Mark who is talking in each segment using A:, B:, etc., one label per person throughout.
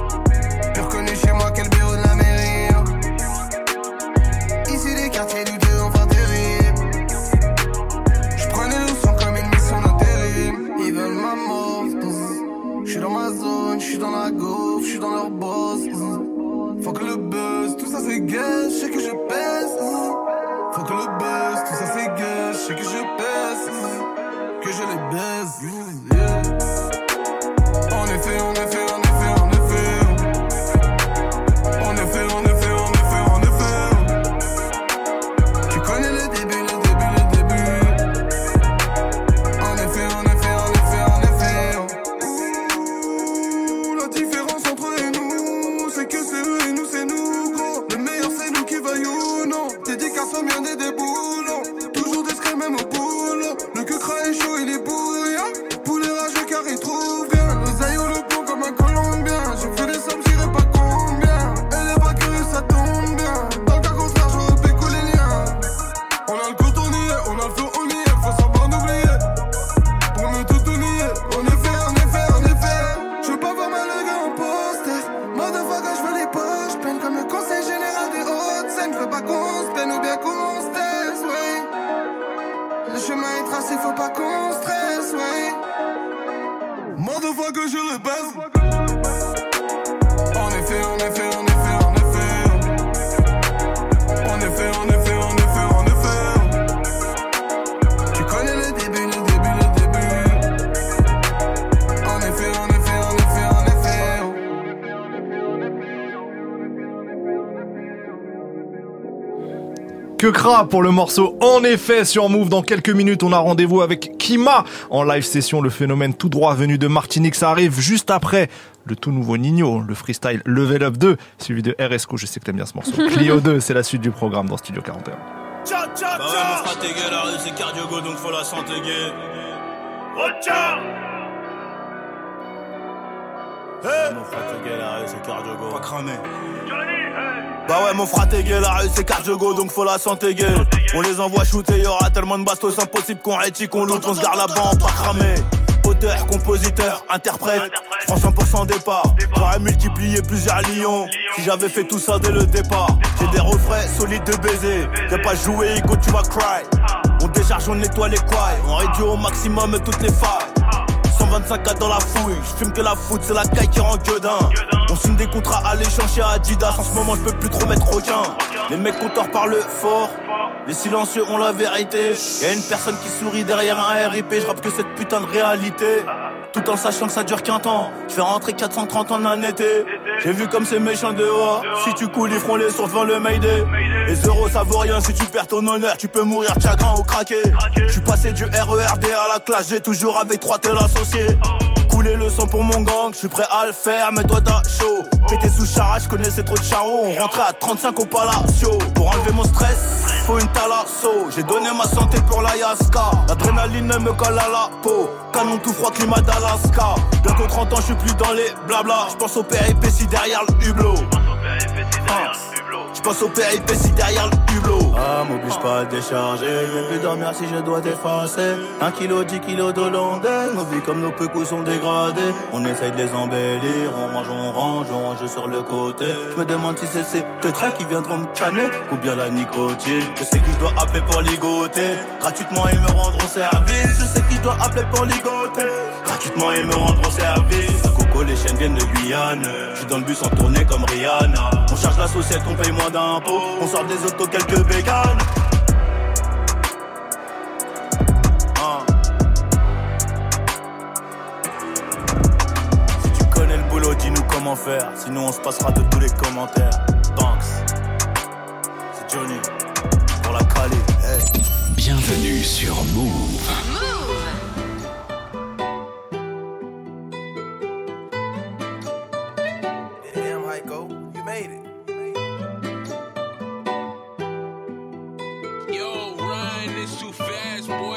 A: Plus reconnu chez moi quel bureau de la mairie. Ici des quartiers douteux, enfin terribles. Le chemin est tracé, faut pas qu'on stresse, ouais. Mort de fois que je le baise. En effet, en effet, en effet, en effet. En effet, en effet, en effet, en effet. Tu connais le début, le début, le début. En effet, en effet, en effet, en effet.
B: Que cra pour le morceau En effet sur Move. Dans quelques minutes, on a rendez-vous avec Kima en live session. Le phénomène tout droit venu de Martinique, ça arrive juste après le tout nouveau Nino, le freestyle Level Up 2, suivi de RSCO. Je sais que t'aimes bien ce morceau. Clio 2, c'est la suite du programme dans Studio 41.
C: Bah ouais, mon frère la rue c'est cardio-go donc faut la santé gay. Oh tcha. Hey. Mon frère la rue c'est cardio-go. Pas cramé. Bah ouais mon frère la rue c'est cardio-go donc faut la santé gay. On les envoie shooter, y'aura tellement de bastos impossible qu'on rétit, qu'on loot, on se garde là-bas pas cramé. Auteur, compositeur, interprète, je prends 100% départ. J'aurais multiplié plusieurs lions si j'avais fait tout ça dès le départ. J'ai des refrains solides de baiser. T'as pas joué, Igo, tu vas cry. On décharge, on nettoie les couilles. On réduit au maximum toutes les failles. 125K dans la fouille, j'fume que la foot, c'est la caille qui rend gueudin. On signe des contrats à l'échange chez Adidas. En ce moment, je peux plus trop mettre aucun. Les mecs compteurs parlent fort. Les silencieux ont la vérité. Y'a une personne qui sourit derrière un RIP. J'rappe que cette putain de réalité. Tout en sachant que ça dure qu'un temps. J'fais rentrer 430 en un été. J'ai vu comme c'est méchant dehors. Si tu coules, ils feront les sourds devant le Mayday. Les euros ça vaut rien si tu perds ton honneur. Tu peux mourir de chagrin ou craquer. J'suis passé du RERD à la classe. J'ai toujours avec 3 tel associés. Couler le sang pour mon gang, j'suis prêt à le faire, mais toi t'as chaud. Pété sous charage, j'connaissais trop de charros. On rentrait à 35 au Palacio. Pour enlever mon stress, faut une thalasso. J'ai donné ma santé pour la Yaska. L'adrénaline me colle à la peau. Canon tout froid, climat d'Alaska. Bientôt 30 ans, j'suis plus dans les blabla. J'pense aux péripéties derrière le hublot. J'pense aux péripéties derrière le hublot. Ah, m'oblige pas à décharger. Je vais plus dormir si je dois t'effacer. 1 kilo, 10 kilos d'Hollandais. Nos vies comme nos pécous sont dégradées. On essaye de les embellir. On mange, on range sur le côté. Je me demande si c'est ces deux traits qui viendront me canner ou bien la nicotine. Je sais qui je dois appeler pour ligoter. Gratuitement, ils me rendront service. Je sais qui je dois appeler pour ligoter. Gratuitement, ils me rendront service. Coco, les chiennes viennent de Guyane. J'suis dans le bus en tournée comme Rihanna. On charge la saucette, on paye moins d'impôts. On sort des autos, quelques bécanes. Si tu connais le boulot, dis-nous comment faire. Sinon on se passera de tous les commentaires. Banks, c'est Johnny pour la Cali. Hey.
D: Bienvenue sur Move.
C: Damn, Heiko, you made it.
E: Yo, Ryan, this too fast, boy.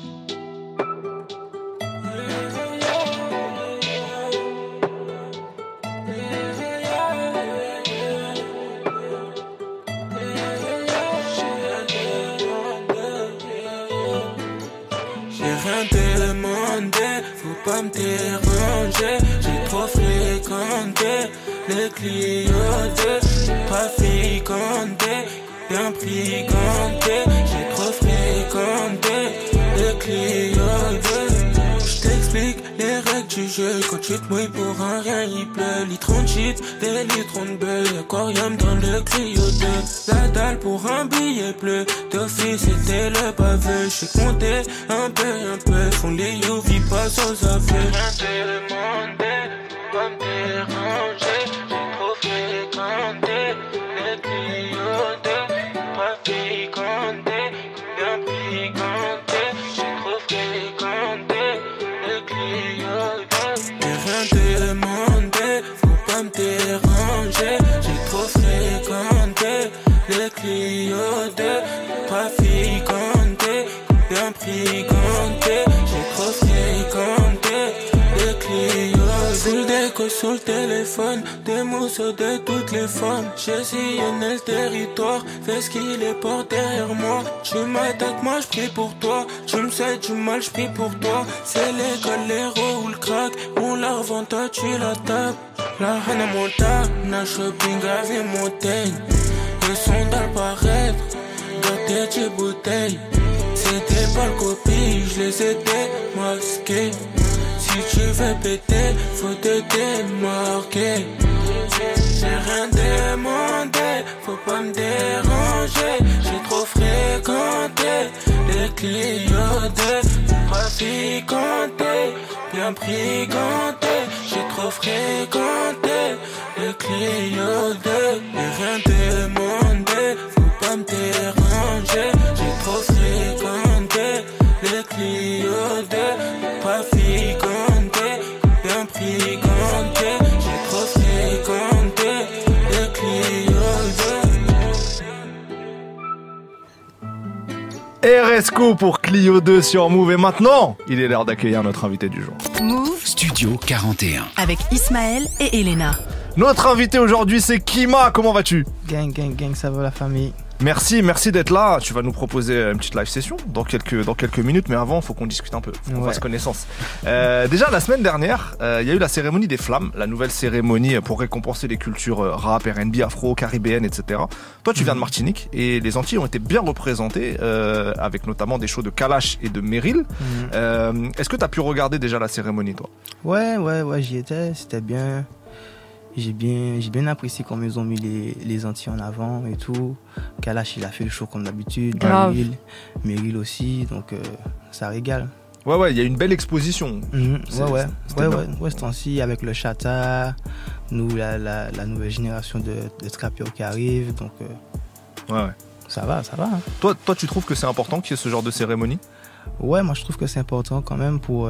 F: J'ai rien demandé, faut pas me déranger. J'ai trop fréquenté les clients, j'ai pas fréquenté, bien fréquenté. J'ai trop fréquenté les clients. Je t'explique les règles du jeu. Quand tu te mouilles pour un rien, il pleut. Litre de shit, des litres de beuh. Aquarium dans le Clio 2. La dalle pour un billet bleu. D'office, c'était le baveux. J'sais compter un peu. Font les you, vis pas aux aveux. Rien te demander, pas me déranger. J'ai trop fréquenté les Clio 2. Pas fréquenté, bien fréquenté. J'ai trop fréquenté les Clio 2. J'ai rien demandé, faut pas me déranger. J'ai trop fréquenté les Clio 2. Pas fréquenté, bien fréquenté. J'ai trop fréquenté les Clio 2. Full déco sur le téléphone, des mousses de toutes les formes. J'ai sillonné le territoire, fais ce qu'il est pour derrière moi. Tu m'attaques, moi j'prie pour toi. Tu me sais du mal, j'prie pour toi. C'est l'école, l'héros ou le crack. On la revend, toi tu la tapes. La Hannah Montana, shopping à vie montagne. Le son d'apparaître, doté de bouteilles. T'étais pas le copie, je les ai démasqués. Si tu veux péter, faut te démarquer. J'ai rien demandé, faut pas me déranger. J'ai trop fréquenté les clients de traficanté, bien briganté. J'ai trop fréquenté les clients de. J'ai rien demandé, faut pas me déranger. J'ai trop fréquenté les clients de traficanté, bien briganté. J'ai trop fréquenté les clients de.
B: RSCO pour Clio 2 sur Move. Et maintenant, il est l'heure d'accueillir notre invité du jour.
G: Move
D: Studio 41.
G: avec Ismaël et Elena.
B: Notre invité aujourd'hui, c'est Kima. Comment vas-tu ?
H: Gang, ça va la famille.
B: Merci d'être là. Tu vas nous proposer une petite live session dans quelques minutes, mais avant, il faut qu'on discute un peu, qu'on fasse connaissance. Déjà, la semaine dernière, il y a eu la cérémonie des Flammes, la nouvelle cérémonie pour récompenser les cultures rap, R&B, afro, caribéennes, etc. Toi, tu viens de Martinique et les Antilles ont été bien représentées, avec notamment des shows de Kalash et de Meryl. Est-ce que tu as pu regarder déjà la cérémonie, toi ?
H: Ouais, j'y étais, c'était bien. J'ai bien apprécié comment ils ont mis les Antilles en avant et tout. Kalash, il a fait le show comme d'habitude. Meryl aussi, donc ça régale.
B: Ouais, il y a une belle exposition.
H: Ouais, ce temps-ci, avec le Chata, nous, la nouvelle génération de trappeurs qui arrive, donc ça va. Hein.
B: Toi, tu trouves que c'est important qu'il y ait ce genre de cérémonie ?
H: Ouais, moi je trouve que c'est important quand même pour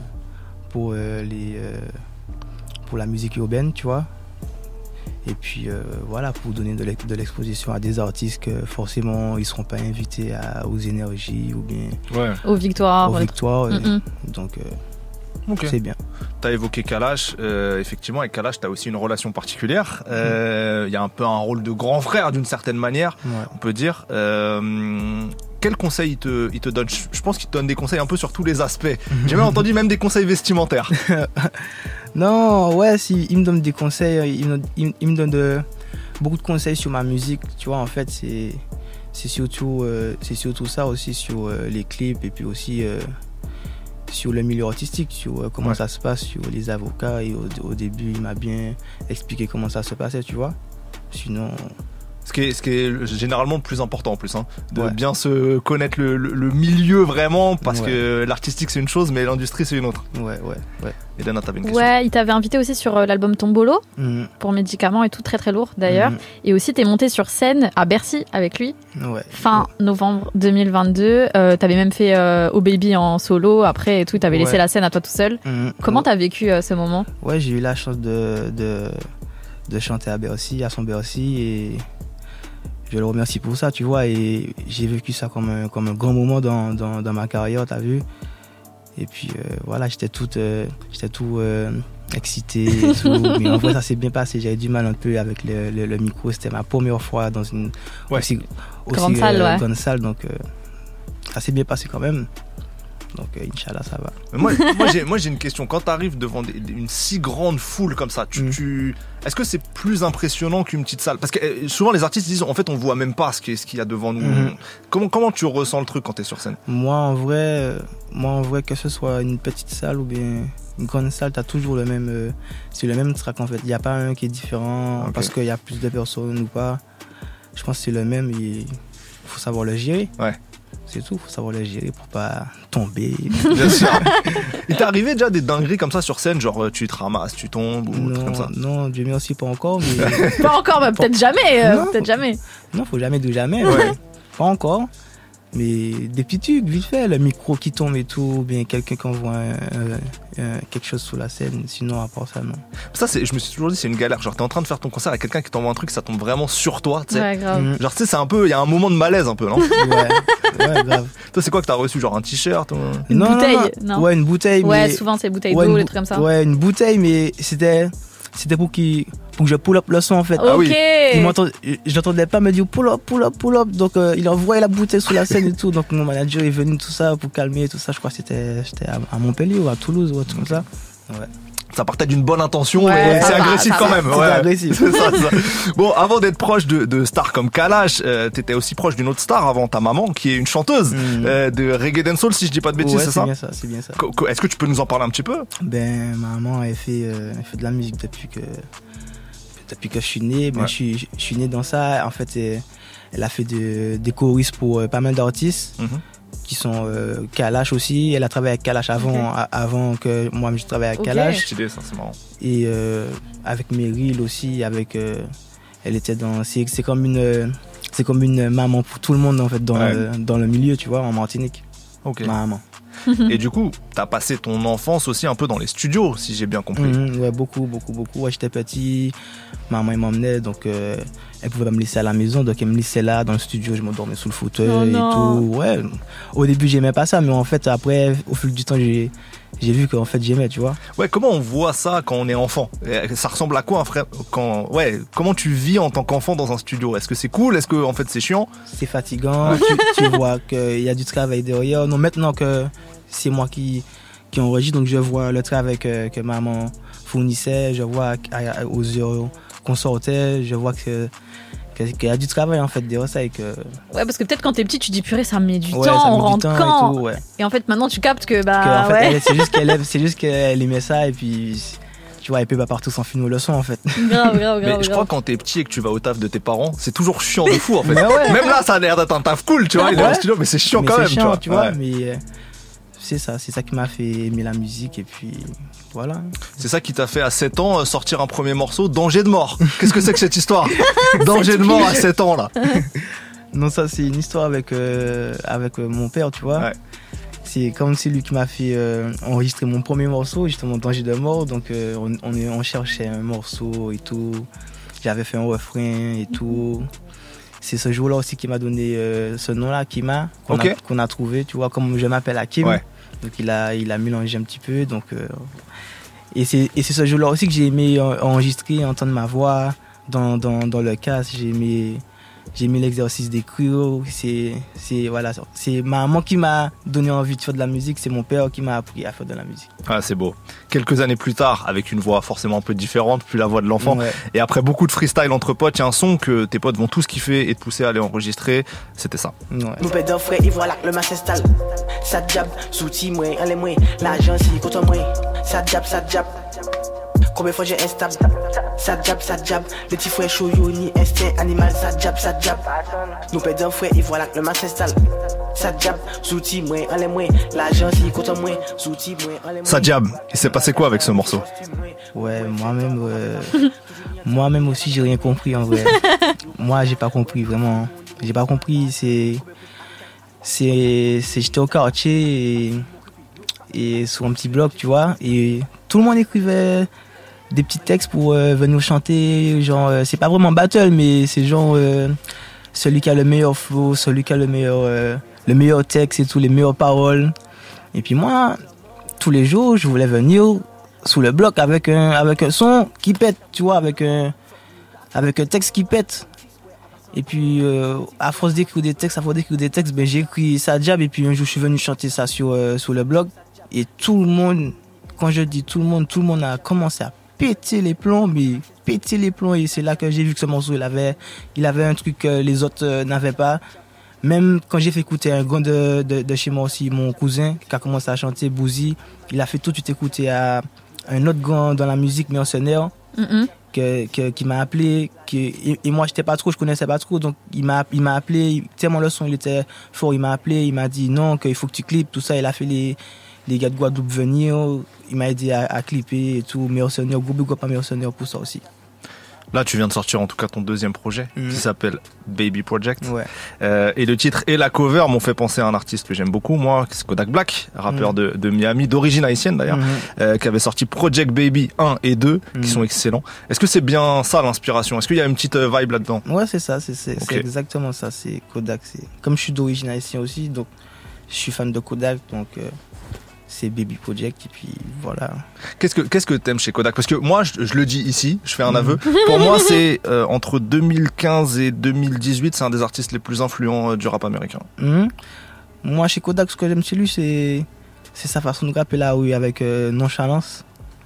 H: la musique urbaine, tu vois. Et puis pour donner de l'exposition à des artistes que forcément ils seront pas invités aux énergies ou bien
I: aux victoires.
H: Donc
B: Okay.
H: C'est bien.
B: Tu as évoqué Kalash. Effectivement, avec Kalash, tu as aussi une relation particulière. Il y a un peu un rôle de grand frère d'une certaine manière, on peut dire. Quel conseil il te donne ? Je pense qu'il te donne des conseils un peu sur tous les aspects. J'ai même entendu même des conseils vestimentaires.
H: Non, si, il me donne des conseils. Il me donne beaucoup de conseils sur ma musique. Tu vois, en fait, c'est surtout ça aussi, sur les clips et puis aussi sur le milieu artistique, sur comment ça se passe, sur les avocats. Et au début, il m'a bien expliqué comment ça se passait, tu vois. Sinon...
B: Ce qui est généralement le plus important en plus, hein, de bien se connaître le milieu vraiment, parce que l'artistique c'est une chose, mais l'industrie c'est une autre.
H: Ouais.
B: Et Dana, t'avais une question.
I: Ouais, il t'avait invité aussi sur l'album Tombolo, pour Médicaments et tout, très très lourd d'ailleurs. Et aussi t'es monté sur scène à Bercy avec lui, fin novembre 2022. T'avais même fait Oh Baby en solo après et tout, t'avais laissé la scène à toi tout seul. Comment t'as vécu ce moment ?
H: Ouais, j'ai eu la chance de chanter à Bercy, à son Bercy, et je le remercie pour ça, tu vois, et j'ai vécu ça comme un grand moment dans ma carrière, t'as vu. Et puis j'étais tout excité et tout, mais en vrai ça s'est bien passé. J'avais du mal un peu avec le micro, c'était ma première fois dans une aussi grande salle, donc ça s'est bien passé quand même. Donc Inch'Allah, ça va.
B: Moi j'ai une question. Quand tu arrives devant une si grande foule comme ça, est-ce que c'est plus impressionnant qu'une petite salle ? Parce que souvent les artistes disent en fait on voit même pas ce qu'il y a devant nous. Comment tu ressens le truc quand tu es sur scène ?
H: Moi en vrai, que ce soit une petite salle ou bien une grande salle, tu as toujours c'est le même track en fait. Il n'y a pas un qui est différent parce qu'il y a plus de personnes ou pas. Je pense que c'est le même, il faut savoir le gérer. Ouais. C'est tout, faut savoir le gérer pour pas tomber.
B: Bien sûr. Il t'est arrivé déjà des dingueries comme ça sur scène, genre tu te ramasses, tu tombes ou des trucs comme ça ?
H: Non, Dieu merci, pas encore. Mais...
I: Pas encore, mais peut-être jamais. Peut-être jamais.
H: Non, faut jamais dire jamais. Pas encore. Mais des petits trucs, vite fait, le micro qui tombe et tout, ou bien quelqu'un qui envoie quelque chose sous la scène, sinon à part ça, non.
B: Ça, je me suis toujours dit, c'est une galère. Genre, t'es en train de faire ton concert avec quelqu'un qui t'envoie un truc, ça tombe vraiment sur toi, tu sais.
I: Ouais, grave.
B: Genre, tu sais, c'est un peu, il y a un moment de malaise un peu, non ?
H: Ouais, grave.
B: Toi, c'est quoi que t'as reçu, genre un t-shirt ou...
I: Une bouteille, non.
H: Ouais, une bouteille.
I: Ouais,
H: mais...
I: souvent c'est bouteille d'eau, des trucs comme ça.
H: Ouais, une bouteille, mais c'était pour que je pull up le son en fait.
I: Ok. Ah oui.
H: J'entendais pas me dire pull up. Donc il envoyait la bouteille sous la scène et tout. Donc mon manager est venu tout ça pour calmer tout ça. Je crois que c'était à Montpellier ou à Toulouse ou autre comme ça. Ouais.
B: Ça partait d'une bonne intention
I: Ouais,
B: et c'est agressif quand même.
H: C'est agressif.
B: C'est ça. Bon, avant d'être proche de stars comme Kalash, t'étais aussi proche d'une autre star avant, ta maman, qui est une chanteuse de reggae dancehall, si je dis pas de bêtises,
H: Ouais,
B: c'est ça?
H: C'est bien ça.
B: Est-ce que tu peux nous en parler un petit peu?
H: Ben, ma maman, elle fait de la musique depuis que je suis né. Ben, je suis né dans ça. En fait, elle a fait des choristes pour pas mal d'artistes. Qui sont Kalash aussi. Elle a travaillé avec Kalash avant que moi je travaille avec Kalash.
B: C'est marrant.
H: Et avec Meryl aussi, elle était dans. C'est comme une maman pour tout le monde en fait dans le milieu, tu vois, en Martinique.
B: Ok.
H: Ma maman.
B: Et du coup, t'as passé ton enfance aussi un peu dans les studios, si j'ai bien compris.
H: Ouais, beaucoup. Ouais, j'étais petit, maman elle m'emmenait, donc elle pouvait pas me laisser à la maison, donc elle me laissait là dans le studio, je m'endormais sous le fauteuil et tout. Ouais, au début j'aimais pas ça, mais en fait après, au fil du temps, j'ai vu qu'en fait j'aimais, tu vois.
B: Ouais, comment on voit ça quand on est enfant? Ça ressemble à quoi, un frère, comment tu vis en tant qu'enfant dans un studio? Est-ce que c'est cool? Est-ce que en fait c'est chiant?
H: C'est fatigant, tu vois qu'il y a du travail derrière. Non, maintenant que c'est moi qui enregistre, donc je vois le travail que maman fournissait, je vois aux heures qu'on sortait, je vois qu'il y a du travail en fait derrière ça. Ouais,
I: parce que peut-être quand t'es petit, tu dis purée, ça met du temps, on rentre quand
H: et, tout,
I: et en fait maintenant tu captes que
H: en fait, c'est juste qu'elle aimait ça et puis tu vois, elle peut pas partout sans film ou leçon en fait.
I: Grave.
B: Mais je crois que quand t'es petit et que tu vas au taf de tes parents, c'est toujours chiant de fou en fait. Même là, ça a l'air d'être un taf cool, tu vois, il est au studio, mais c'est chiant quand même.
H: C'est chiant, tu vois, mais c'est ça qui m'a fait aimer la musique et puis voilà.
B: C'est ça qui t'a fait à 7 ans sortir un premier morceau, Danger de mort. Qu'est-ce que c'est que cette histoire? Danger de mort à 7 ans là.
H: Non, ça c'est une histoire avec mon père, tu vois. Ouais. C'est comme c'est lui qui m'a fait enregistrer mon premier morceau, justement Danger de mort. Donc on cherchait un morceau et tout. J'avais fait un refrain et tout. C'est ce jour-là aussi qui m'a donné ce nom-là, Kima, qu'on a trouvé, tu vois, comme je m'appelle Hakim. Ouais. Donc il a mélangé un petit peu. Donc, et c'est ce jour-là aussi que j'ai aimé enregistrer, entendre ma voix dans le casque. J'ai aimé l'exercice d'écrire. C'est ma maman qui m'a donné envie de faire de la musique. C'est mon père qui m'a appris à faire de la musique.
B: Ah, c'est beau. Quelques années plus tard, avec une voix forcément un peu différente, plus la voix de l'enfant. Ouais. Et après beaucoup de freestyle entre potes, il y a un son que tes potes vont tous kiffer et te pousser à aller enregistrer. C'était ça.
J: Ouais. Nous pédons frais, ils voilà que le match s'installe. Ça jab, sous-ti, moi, en les moi. L'argent, si, contre moi. Ça jab. Combien de fois j'ai instable? Ça jab. Le petit frère chaud, ni instinct animal. Ça jab. Nous pédons frais, ils voilà que le match s'installe. Ça jab, sous-ti, moi, en les moi. L'argent, si, contre moi. Sous-ti, moi, en les moi.
B: Ça jab. Il s'est passé quoi avec ce morceau?
H: Ouais, moi-même aussi, j'ai rien compris en vrai. Moi, j'ai pas compris vraiment. J'ai pas compris. J'étais au quartier et sur un petit bloc, tu vois, et tout le monde écrivait des petits textes pour venir chanter, genre c'est pas vraiment battle, mais c'est genre celui qui a le meilleur flow, celui qui a le meilleur texte et tout, les meilleures paroles. Et puis moi, tous les jours, je voulais venir sous le bloc avec un son qui pète, tu vois, avec un texte qui pète. Et puis à force d'écrire des textes, ben j'ai écrit ça jab, et puis un jour je suis venu chanter ça sur le blog, et tout le monde, quand je dis tout le monde a commencé à péter les plombs, et c'est là que j'ai vu que ce morceau il avait un truc que les autres n'avaient pas. Même quand j'ai fait écouter un grand de chez moi aussi, mon cousin qui a commencé à chanter, Bouzy, il a fait tout de suite écouter à un autre grand dans la musique mercenaire. Qui m'a appelé, et moi je connaissais pas trop, donc il m'a appelé, tellement le son il était fort, il m'a appelé, il m'a dit non, qu'il faut que tu clips, tout ça. Il a fait les gars de Guadeloupe venir, il m'a aidé à clipper et tout. Mercenaire, gros pas Mercenaire pour ça aussi.
B: Là, tu viens de sortir en tout cas ton deuxième projet qui s'appelle Baby Project.
H: Ouais.
B: Et le titre et la cover m'ont fait penser à un artiste que j'aime beaucoup, moi, c'est Kodak Black, rappeur de Miami, d'origine haïtienne d'ailleurs, qui avait sorti Project Baby 1 et 2, qui sont excellents. Est-ce que c'est bien ça l'inspiration? Est-ce qu'il y a une petite vibe là-dedans?
H: Ouais, c'est ça, c'est exactement ça. C'est Kodak. Comme je suis d'origine haïtienne aussi, donc je suis fan de Kodak, donc c'est Baby Project, et puis voilà.
B: Qu'est-ce que t'aimes chez Kodak? Parce que moi, je le dis ici, je fais un aveu. Pour moi, c'est entre 2015 et 2018, c'est un des artistes les plus influents du rap américain.
H: Moi, chez Kodak, ce que j'aime chez lui, c'est sa façon de rapper là, oui, avec nonchalance.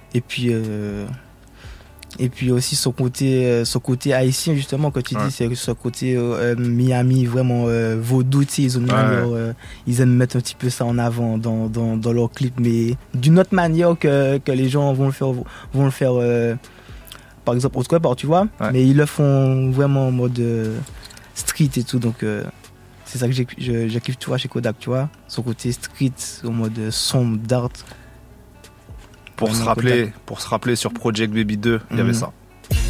H: Et puis aussi son côté haïtien, justement, quand tu dis, c'est ce côté Miami, vraiment vaudou, tu sais, ils aiment mettre un petit peu ça en avant dans leurs clips, mais d'une autre manière que les gens vont le faire par exemple, autre part, tu vois, mais ils le font vraiment en mode street et tout, donc c'est ça que je kiffe, tu vois, chez Kodak, tu vois, son côté street, en mode sombre, dark.
B: Pour se rappeler sur Project Baby 2, il y avait ça.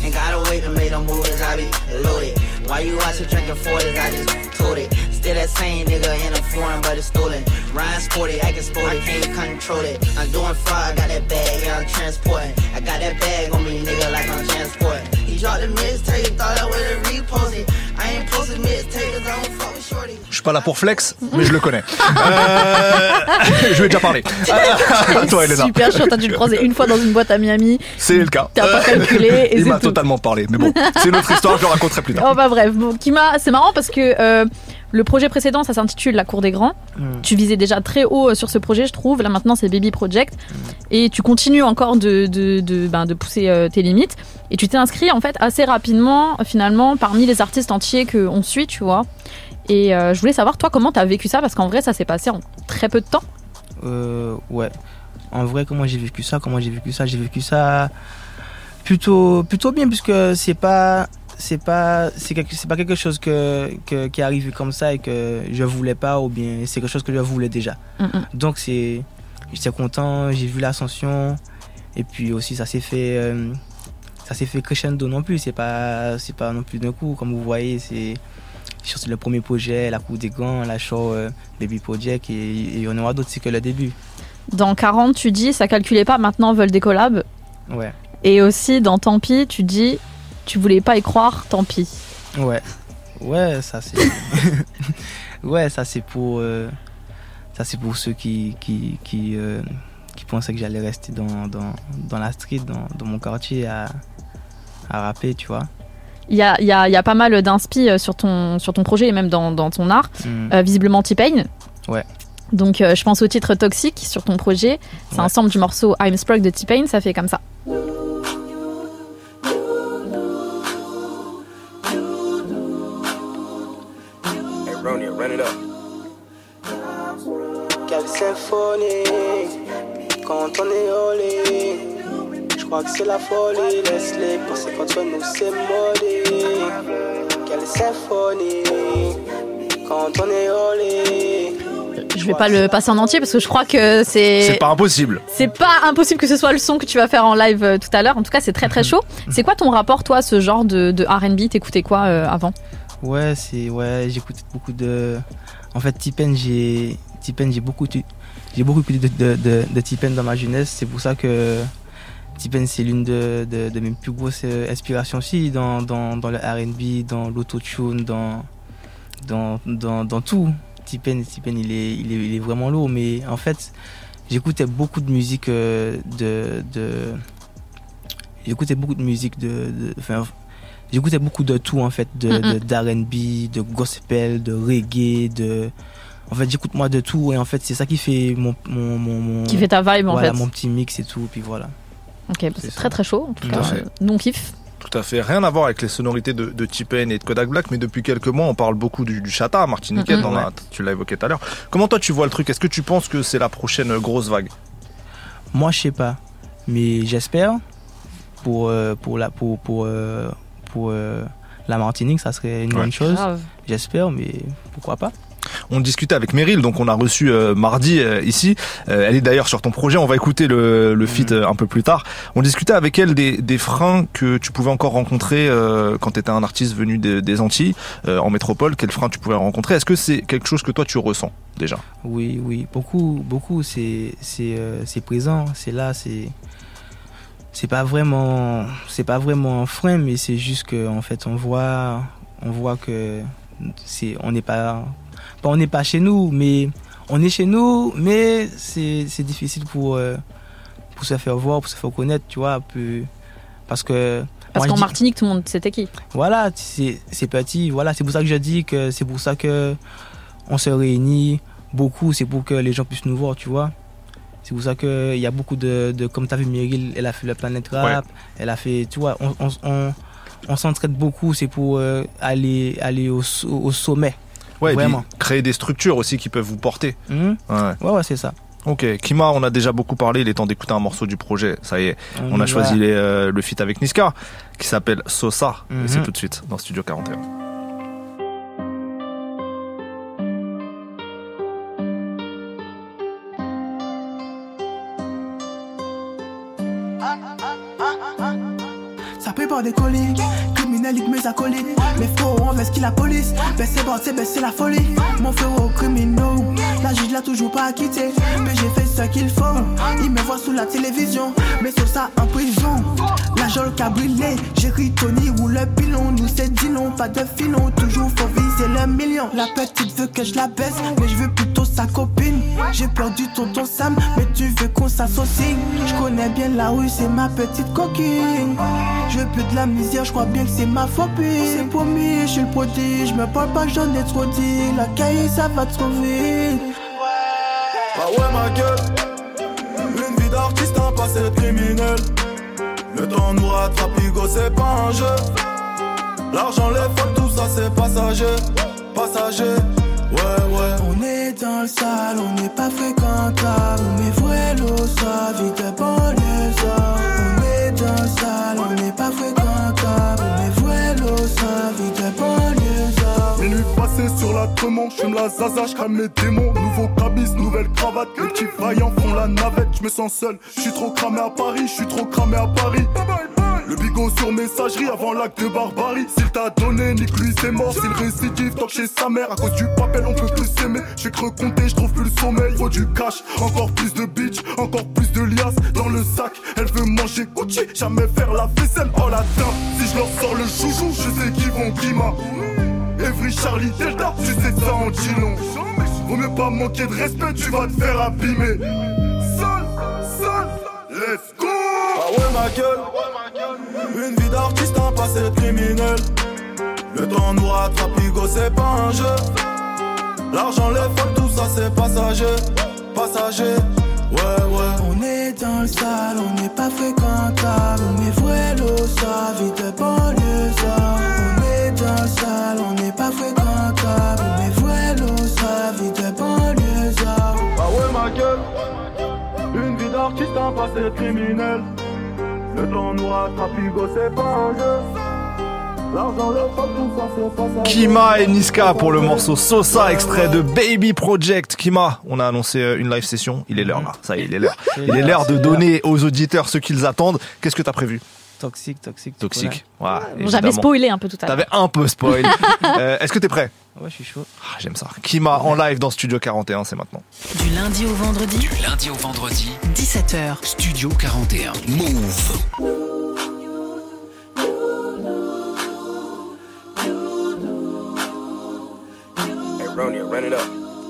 K: Still that same nigga in a foreign, but it's stolen. Ryan sporty, I can sport it, can't control it. I'm doing fraud, got that bag, yeah, I'm transporting. I got that bag on me, nigga, like I'm transporting. He dropped the mixtape, thought I would've reposted. I ain't posted mixtape, cause I don't fuck with shorty.
B: Je suis pas là pour flex, mais je le connais. Je lui ai déjà parlé. Toi, Elena.
I: Super chaud, t'as dû le croiser une fois dans une boîte à Miami.
B: C'est le cas.
I: T'as pas calculé. Et
B: il m'a totalement parlé, mais bon, c'est une autre histoire, je le raconterai plus tard.
I: Oh bah bref, bon, c'est marrant parce que le projet précédent, ça s'intitule La Cour des Grands. Tu visais déjà très haut sur ce projet, je trouve. Là maintenant, c'est Baby Project. Et tu continues encore de pousser tes limites. Et tu t'es inscrit en fait assez rapidement, finalement, parmi les artistes entiers qu'on suit, tu vois. Et je voulais savoir, toi, comment t'as vécu ça? Parce qu'en vrai, ça s'est passé en très peu de temps.
H: Ouais. En vrai, comment j'ai vécu ça? J'ai vécu ça plutôt bien, puisque c'est pas quelque chose qui est arrivé comme ça et que je voulais pas, ou bien c'est quelque chose que je voulais déjà. Donc j'étais content, j'ai vu l'ascension, et puis aussi ça s'est fait crescendo non plus, c'est pas non plus d'un coup, comme vous voyez, c'est le premier projet, La Cour des Grands, la show Baby Project, et il y en aura d'autres, c'est que le début. Dans
I: 40, tu dis ça calculait pas, maintenant veulent des collabs.
H: Ouais.
I: Et aussi dans Tant pis, tu dis tu voulais pas y croire, tant pis.
H: Ouais, ça c'est ça c'est pour ceux qui pensaient que j'allais rester dans la street, dans mon quartier à rapper, tu vois.
I: Il y a pas mal d'inspi sur ton projet et même dans ton art. Visiblement T-Pain.
H: Ouais.
I: Donc je pense au titre Toxique sur ton projet. C'est un sample du morceau I'm Sprung de T-Pain, ça fait comme ça.
J: Run it up. Quelle symphonie, quand on est olé. Je crois que c'est la folie, laisse-les penser qu'entre nous c'est mollet. Quelle symphonie, quand on est olé.
I: Je vais pas le passer en entier parce que je crois que c'est
B: pas impossible.
I: C'est pas impossible que ce soit le son que tu vas faire en live tout à l'heure. En tout cas, c'est très très chaud. C'est quoi ton rapport, toi, à ce genre de R&B? T'écoutais quoi avant?
H: Ouais, j'écoutais beaucoup de... En fait, T-Pain, j'ai beaucoup écouté de T-Pain dans ma jeunesse. C'est pour ça que T-Pain, c'est l'une de mes plus grosses inspirations aussi dans le R&B, dans l'autotune, dans tout. T-Pain, il est vraiment lourd, mais en fait, j'écoutais beaucoup de musique j'écoutais beaucoup de tout, en fait, d'R&B, de gospel, de reggae, en fait, j'écoute moi de tout, et en fait, c'est ça qui fait
I: qui fait ta vibe, en fait.
H: Mon petit mix et tout, puis voilà.
I: Ok, c'est très très chaud, en tout cas. Nous, on kiffe.
B: Tout à fait. Rien à voir avec les sonorités de T-Pain et de Kodak Black, mais depuis quelques mois, on parle beaucoup du chata martiniquais, tu l'as évoqué tout à l'heure. Comment toi, tu vois le truc? Est-ce que tu penses que c'est la prochaine grosse vague?
H: Moi, je sais pas, mais j'espère pour la Martinique, ça serait une bonne chose. Grave. J'espère, mais pourquoi pas.
B: On discutait avec Meryl, donc on a reçu mardi ici. Elle est d'ailleurs sur ton projet, on va écouter le feat un peu plus tard. On discutait avec elle des freins que tu pouvais encore rencontrer quand tu étais un artiste venu des Antilles, en métropole. Quels freins tu pouvais rencontrer? Est-ce que c'est quelque chose que toi tu ressens déjà?
H: Oui, beaucoup. C'est présent, c'est là, c'est pas vraiment un frein, mais c'est juste que en fait on voit que on n'est pas chez nous, mais on est chez nous, mais c'est difficile pour se faire voir, pour se faire connaître, tu vois, parce qu'en
I: Martinique tout le monde c'était qui?
H: Voilà, c'est petit, voilà, c'est pour ça que je dis que c'est pour ça que on se réunit beaucoup, c'est pour que les gens puissent nous voir, tu vois. C'est pour ça qu'il y a beaucoup de comme tu as vu Meryl, elle a fait le Planet Rap, elle a fait, tu vois, on s'entraide beaucoup, c'est pour aller au sommet.
B: Ouais, vraiment. Et puis créer des structures aussi qui peuvent vous porter.
H: Ouais, c'est ça.
B: Ok, Kima, on a déjà beaucoup parlé, il est temps d'écouter un morceau du projet. Ça y est, on a choisi le feat avec Niska qui s'appelle Sosa. Et c'est tout de suite dans Studio 41.
J: Ça prépare des colis, criminel, il mes acolytes. Mes frérots investis la police, baisser bord, c'est baisser la folie. Mon frérot criminel, la juge l'a toujours pas quitté. Mais j'ai fait ce qu'il faut, il me voit sous la télévision. Mais sur ça en prison, la jole qui a brûlé. J'écris Tony ou le pilon, nous c'est Dillon, pas de filon. Toujours faut viser le million. La petite veut que je la baisse, mais je veux plutôt sa copine. J'ai perdu tonton Sam, mais tu veux qu'on s'associe. Je connais bien la rue, c'est ma petite coquine. Je veux plus de la misère, je crois bien que c'est ma phobie. C'est promis, je suis le prodige. Me parle pas, j'en ai trop dit. La cahier, ça va trop vite.
C: Bah ouais ma gueule, une vie d'artiste, un passé de criminel. Le temps nous rattrape, Hugo, c'est pas un jeu. L'argent, les folles, tout ça c'est passager. Passager, ouais.
J: On est dans le sale, on n'est pas fréquentable. Mais vrai l'eau, ça vit de banlieusard. On est dans le sale, on n'est pas fréquentable. Mais vrai l'eau, ça vit de banlieusard.
C: Minuit passé sur la Tremont, j'fume la zaza, j'crame les démons. Nouveau cabis, nouvelle cravate, les petits vaillants font la navette. J'me sens seul, j'suis trop cramé à Paris, j'suis trop cramé à Paris. Le bigot sur messagerie avant l'acte de barbarie. S'il t'a donné, nique lui c'est mort. S'il récidive, toque chez sa mère. À cause du papel, on peut plus s'aimer. J'fais que recompter, j'trouve plus le sommeil. Faut du cash, encore plus de bitch, encore plus de liasses dans le sac. Elle veut manger Gucci, jamais faire la vaisselle. Oh la dame, si je leur sors le chouchou, je sais qu'ils vont Klima. Evry, Charlie, Delta, tu sais ça en dit long. Vaut mieux pas manquer de respect, tu vas te faire abîmer. Seul, let's go. Ah ouais ma gueule, une vie d'artiste, un passé de criminel. Le temps nous rattrape, Hugo, c'est pas un jeu. L'argent, les folles, tout ça c'est passager. Passager, ouais.
J: On est dans le sale, on n'est pas fréquentable. Mais vrai l'eau, ça vit de banlieusard. On est dans le sale, on n'est pas fréquentable. Mais vrai l'eau, ça vit de banlieusard.
C: Ah ouais ma gueule, une vie d'artiste, un passé de criminel. Le temps nous rattrape, Hugo, c'est pas un jeu. L'argent, le fuck, tout ça, c'est pas ça.
B: Kima et Niska pour le morceau Sosa, extrait de Baby Project. Kima, on a annoncé une live session. Il est l'heure là, ça y est, il est l'heure. Il est l'heure de donner aux auditeurs ce qu'ils attendent. Qu'est-ce que t'as prévu?
H: Toxique.
B: Ouais,
I: j'avais spoilé un peu tout à l'heure.
B: T'avais un peu spoil. Est-ce que t'es prêt?
H: Ouais, je suis chaud.
B: J'aime ça. Kima en live dans Studio 41, c'est maintenant.
G: Du lundi au vendredi, 17h.
D: Studio 41. Move.
C: Hey, Ronia, run it up.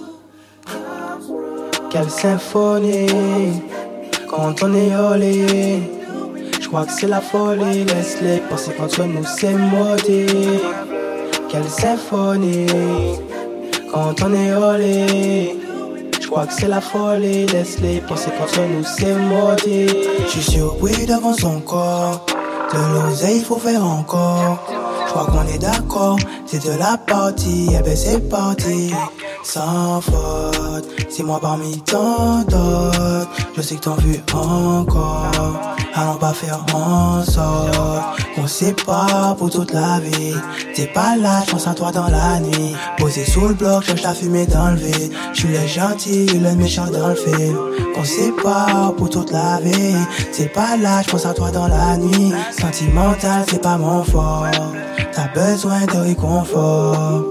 J: Quelle symphonie quand on est olé. Je crois que c'est la folie, laisse-les penser qu'entre nous c'est maudit. Quelle symphonie quand on est olé. Je crois que c'est la folie, laisse-les penser qu'entre nous c'est maudit. Je suis surpris devant son corps, de l'oseille il faut faire encore. Je crois qu'on est d'accord, c'est de la partie, eh ben c'est parti. Sans faute, c'est moi parmi tant d'autres. Je sais que t'en veux encore. Allons pas faire en sorte qu'on sépare pour toute la vie. T'es pas là, je pense à toi dans la nuit. Posé sous le bloc, cherche la fumée dans le vide. Je suis le gentil, le méchant dans le film. Qu'on sépare pour toute la vie. T'es pas là, je pense à toi dans la nuit. Sentimental, c'est pas mon fort. T'as besoin de réconfort.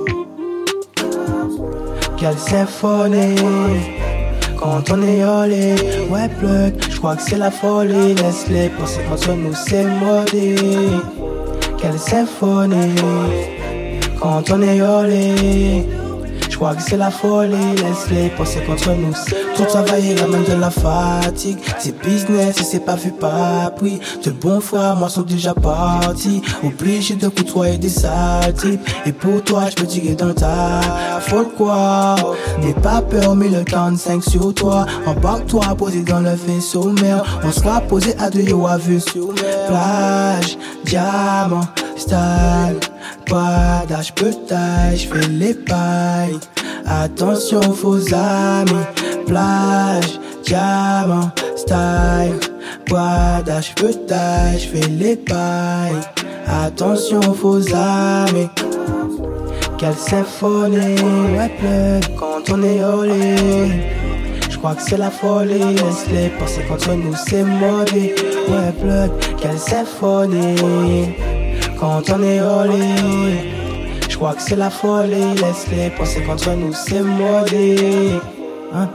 J: Quelle symphonie quand on est olé. Ouais plug, je crois que c'est la folie. Laisse-les penser qu'entre nous c'est maudit. Quelle symphonie quand on est olé. Je crois que c'est la folie, laisse-les penser contre nous. Tout travail ramène de la fatigue. C'est business et c'est pas vu pas pris. Tes bons frères, moi sont déjà partis. Obligé de côtoyer des sales types. Et pour toi, je peux tirer dans ta faute quoi. N'aie pas peur, mais le 45 sur toi. Embarque-toi, posé dans le vaisseau mère. On sera posé à deux, yo, à vue sur mer. Plage, diamant, style. Pas d'âge, peut-être, j'fais les pailles. Attention aux faux amis. Plage, diamant, style. Pas d'âge, peut-être, j'fais les pailles. Attention aux faux amis. Quelle symphonie, ouais, pleut quand on est olé. Je crois que c'est la folie, laisse-les penser contre nous, c'est maudit. Ouais, pleut, quelle symphonie. Quand on est olé, je crois que c'est la folie, laisse-les penser contre nous, c'est maudit. Hein?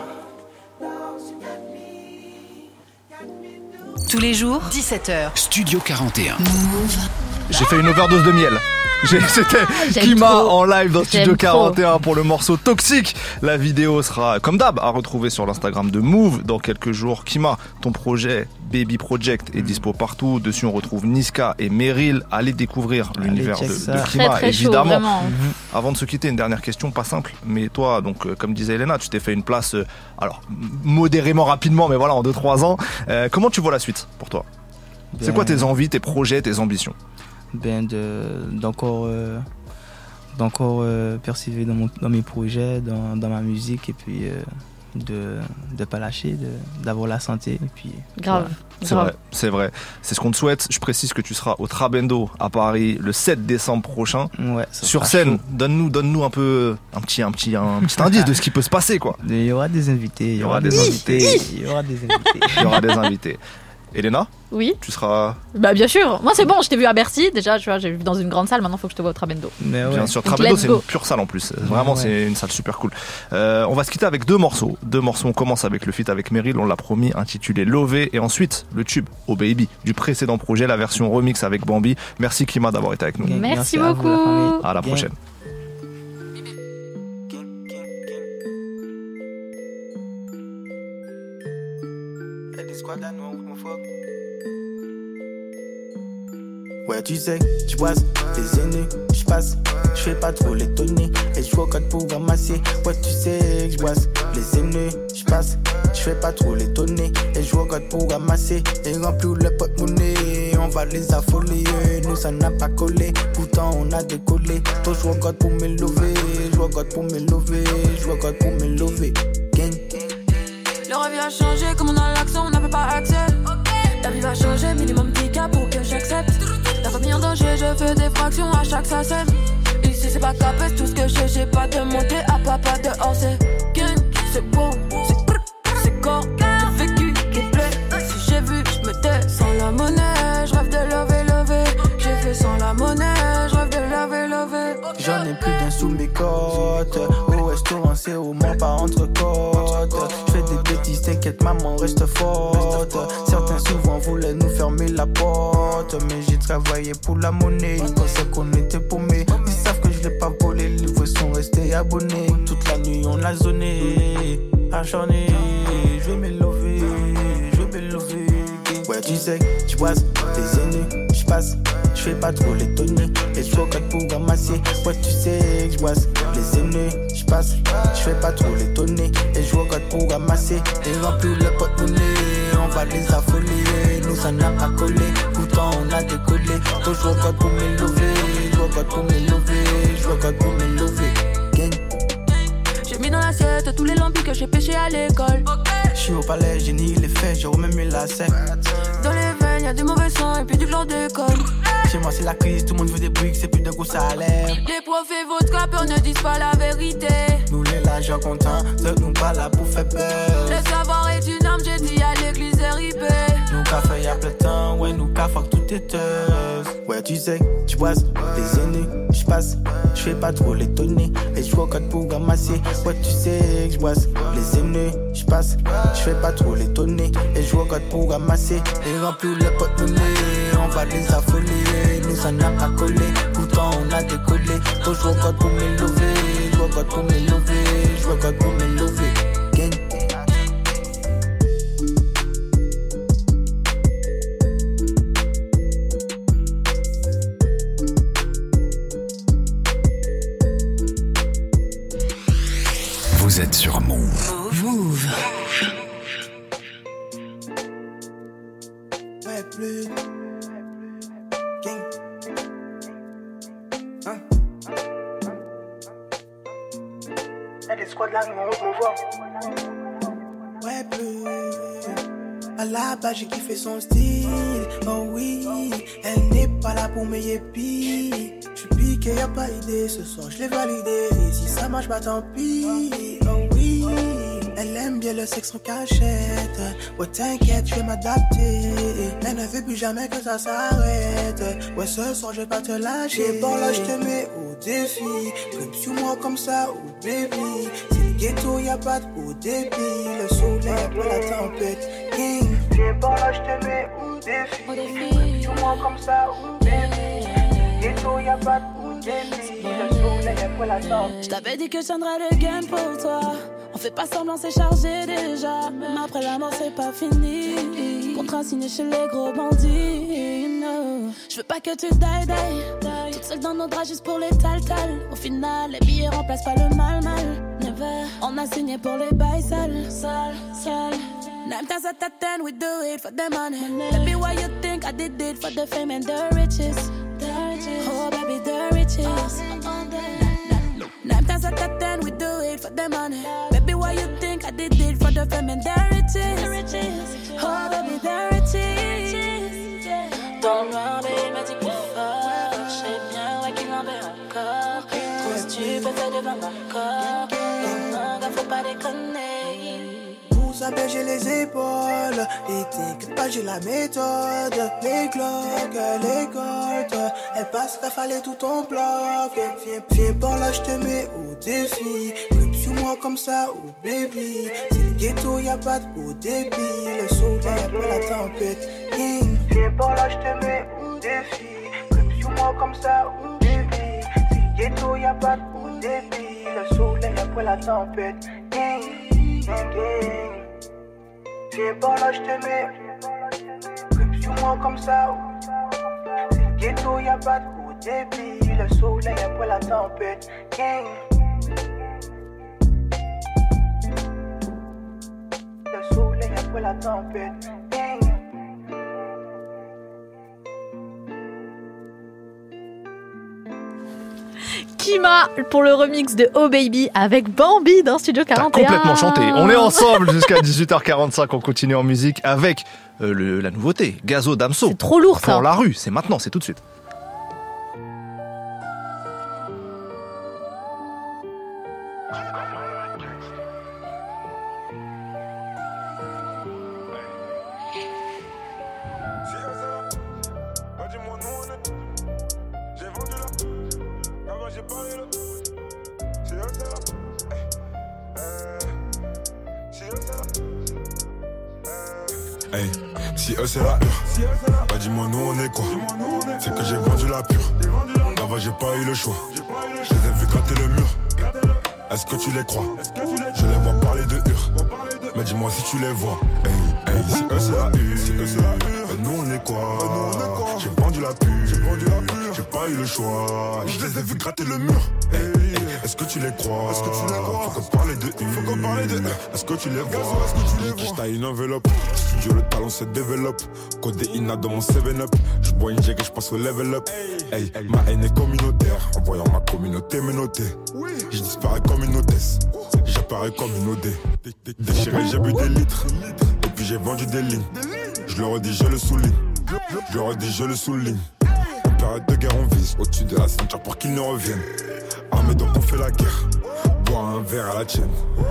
G: Tous les jours, 17h.
D: Studio 41.
G: Move.
B: J'ai fait une overdose de miel. C'était Kima en live dans Studio 41 pour le morceau Toxique. La vidéo sera, comme d'hab, à retrouver sur l'Instagram de Move dans quelques jours. Kima, ton projet Baby Project est dispo partout. Dessus, on retrouve Niska et Meryl. Allez découvrir l'univers de Kima,
I: très
B: évidemment.
I: Chaud,
B: avant de se quitter, une dernière question, pas simple. Mais toi, donc, comme disait Elena, tu t'es fait une place, alors, modérément rapidement, mais voilà, en 2-3 ans. Comment tu vois la suite pour toi? C'est quoi tes envies, tes projets, tes ambitions?
H: D'encore persévérer dans mes projets, dans ma musique, et puis de pas lâcher, d'avoir la santé, et puis
I: grave.
B: Voilà. C'est vrai, c'est ce qu'on te souhaite. Je précise que tu seras au Trabendo à Paris le 7 décembre prochain.
H: Ouais,
B: sur scène. Donne-nous un peu un petit indice de ce qui peut se passer, quoi.
H: Il y aura des invités, il y aura des
B: invités. Elena?
I: Oui.
B: Tu seras.
I: Bah bien sûr. Moi c'est bon, je t'ai vu à Bercy déjà, tu vois, j'ai vu dans une grande salle, maintenant faut que je te vois au Trabendo.
H: Mais ouais.
B: Bien sûr, Trabendo c'est une pure salle en plus. Vraiment c'est une salle super cool. On va se quitter avec deux morceaux. On commence avec le feat avec Meryl, on l'a promis, intitulé Lové, et ensuite le tube Oh Baby du précédent projet, la version remix avec Bambi. Merci Kima d'avoir été avec nous.
I: Merci beaucoup.
B: À la prochaine.
J: Ouais, tu sais, tu vois, les aînés, je passe, je fais pas trop l'étonner, et je vois code pour ramasser. Ouais, tu sais, je vois, les aînés, je passe, je fais pas trop l'étonner, et je vois code pour ramasser, et remplir le porte-monnaie, on va les affoler, nous ça n'a pas collé, pourtant on a décollé, toi je vois code pour me lever, je vois code pour me lever, je vois code pour me lever, gang.
L: Le rêve a changé, comme on a l'accent, on n'a pas accès. La vie va changer, minimum 10 cas pour que j'accepte. La famille en danger, je fais des fractions à chaque sacème. Ici c'est pas capé, tout ce que j'ai pas de monter à papa dehors. C'est gang, c'est beau, c'est corps, j'ai vécu des plaies. Si j'ai vu, je me tais sans la monnaie. Je rêve de lever, j'ai fait sans la monnaie. Je rêve de lever.
J: J'en ai plus d'un sous mes côtes. Au restaurant, c'est au moins pas entre côtes. Je fais des bêtises, t'inquiète, maman reste forte. Certains souvent voulaient nous fermer la porte, mais j'ai travaillé pour la monnaie. Ils pensaient qu'on était paumés. Ils savent que je l'ai pas volé, les livres sont restés abonnés. Toute la nuit on l'a zoné, acharné. Je vais me lever. Ouais, tu sais, tu vois, les aînés, je passe. Je fais pas trop l'étonner, et je vois code pour ramasser. Ouais, tu sais, je vois les aînés, je passe. Je fais pas trop l'étonner, et je vois code pour ramasser. Et remplir le porte-monnaie, on va les affoler. Nous ça n'a pas collé, pourtant on a décollé. Toi je vois code pour me lever, je vois code pour me lever, je vois code pour me lever. Gang.
L: J'ai mis dans l'assiette tous les lambis que j'ai pêchés à l'école.
J: Je suis au palais, j'ai nié les faits, j'ai même mis la sec.
L: Dans les veines, y'a du mauvais sang et puis du chlordécone.
J: Chez moi c'est la crise, tout le monde veut des briques, c'est plus de gros salaire.
L: Les profs et votre rappeurs ne disent pas la vérité.
J: Nous les lâches contents, de nous pas là pour faire peur.
L: Le savoir est une arme, j'ai dit à l'église RIP.
J: Nous qu'a fait y'a plein de temps, ouais nous qu'a fuck tout est teuse. Ouais tu sais, tu vois, les aînés, je passe. Je fais pas trop l'étonner, et je vois code pour ramasser. Ouais tu sais, je vois, les aînés, je passe. Je fais pas trop l'étonner, et je vois code pour ramasser. Et remplir le porte-monnaie, on va les affoler. Nous ça n'a pas collé, pourtant on a décollé. Toi je vois code pour me lever. vois God pour m'élever, je vois God pour m'élever. Gang.
D: Vous êtes sur Move.
G: Move.
J: Ouais, plus. Gang. Hein? Y'a des squads là, ils m'ont voir. Ouais, plus. À la base, j'ai kiffé son style. Oh oui, elle n'est pas là pour mes yépis. J'suis piqué, y'a pas idée. Ce soir, j'l'ai validé. Et si ça marche, bah tant pis. Oh oui, elle aime bien le sexe en cachette. Ouais, t'inquiète, j'vais m'adapter. Elle ne veut plus jamais que ça s'arrête. Ouais, ce soir, j'vais pas te lâcher. Bon, là, j'te mets au défi. Comme sur moi comme ça, oh baby. C'est le ghetto, y'a pas de haut débit. Le soleil après la tempête. King. Viens par là, j'te mets au défi. Comme sur moi comme ça, oh baby. Ghetto, y'a pas de haut débit. Le soleil après la tempête.
L: J't'avais dit que je tiendrais le game pour toi. On fait pas semblant, c'est chargé déjà. Même après la mort, c'est pas fini. Contrat signé chez les gros bandits. No. Je veux pas que tu die. Toute seule dans nos draps juste pour les tal-tal. Au final, les billets remplacent pas le mal-mal. Never. On a signé pour les bails sales. 9 times out of 10, we do it for the money. Baby, why you think I did it for the fame and the riches? Oh, baby, the riches. 9 times out of 10, we do it for the money. Baby, why you think I did it for the fame and the riches? Oh, baby, the riches. Dans le noir, baby, il m'a dit plus fort. J'sais bien, ouais, qu'il en veut encore. Cause tu peux faire devant mon corps. Non, faut pas déconner.
J: Ça j'ai les épaules. Et t'inquiète pas, j'ai la méthode. Les cloques, les cordes. Elles passent rafaler tout ton bloc. Viens par là, j'te mets au défi. Comme sur moi comme ça, oh baby. C'est le ghetto, y'a pas de haut débit. Le soleil après la tempête. Viens par là, j'te mets au défi. Comme sur moi comme ça, oh baby. C'est le ghetto, y'a pas de haut débit. Le soleil après la tempête. Viens par là, j'te mets. Comme sur moi comme ça. C'est le ghetto, y'a pas de haut débit. Le soleil après la tempête. Le soleil après la tempête.
I: Kima pour le remix de Oh Baby avec Bambi dans Studio 41.
B: T'as complètement chanté. On est ensemble jusqu'à 18h45. On continue en musique avec la nouveauté, Gazo Damso.
I: C'est trop lourd ça.
B: Pour la rue, c'est maintenant, c'est tout de suite.
M: Hey, si eux c'est la hure, bah dis-moi nous on est quoi? C'est que j'ai vendu la pure. Là-bas j'ai pas eu le choix. Je les ai vus gratter le mur. Est-ce que tu les crois? Je les vois parler de hure. Mais dis-moi si tu les vois. Hey, hey, si eux c'est la hure, bah nous on est quoi? J'ai vendu la pure. J'ai pas eu le choix. Je les ai vus gratter le mur. Hey, hey, est-ce que tu les crois? Faut qu'on parle de hure. Est-ce que tu les vois? Je taille une enveloppe. Studio le talent se développe. Codéina dans mon 7-up. Je bois une jack et je passe au level up. Hey, ma haine est communautaire. En voyant ma communauté me noter. Je disparais comme une hôtesse. J'apparais comme une OD. Déchiré, j'ai bu des litres. Et puis j'ai vendu des lignes. Je le redis, je le souligne. Je le redis, je le souligne. En période de guerre, on vise au-dessus de la ceinture pour qu'ils ne reviennent. Armés donc on fait la guerre. Bois un verre à la tienne.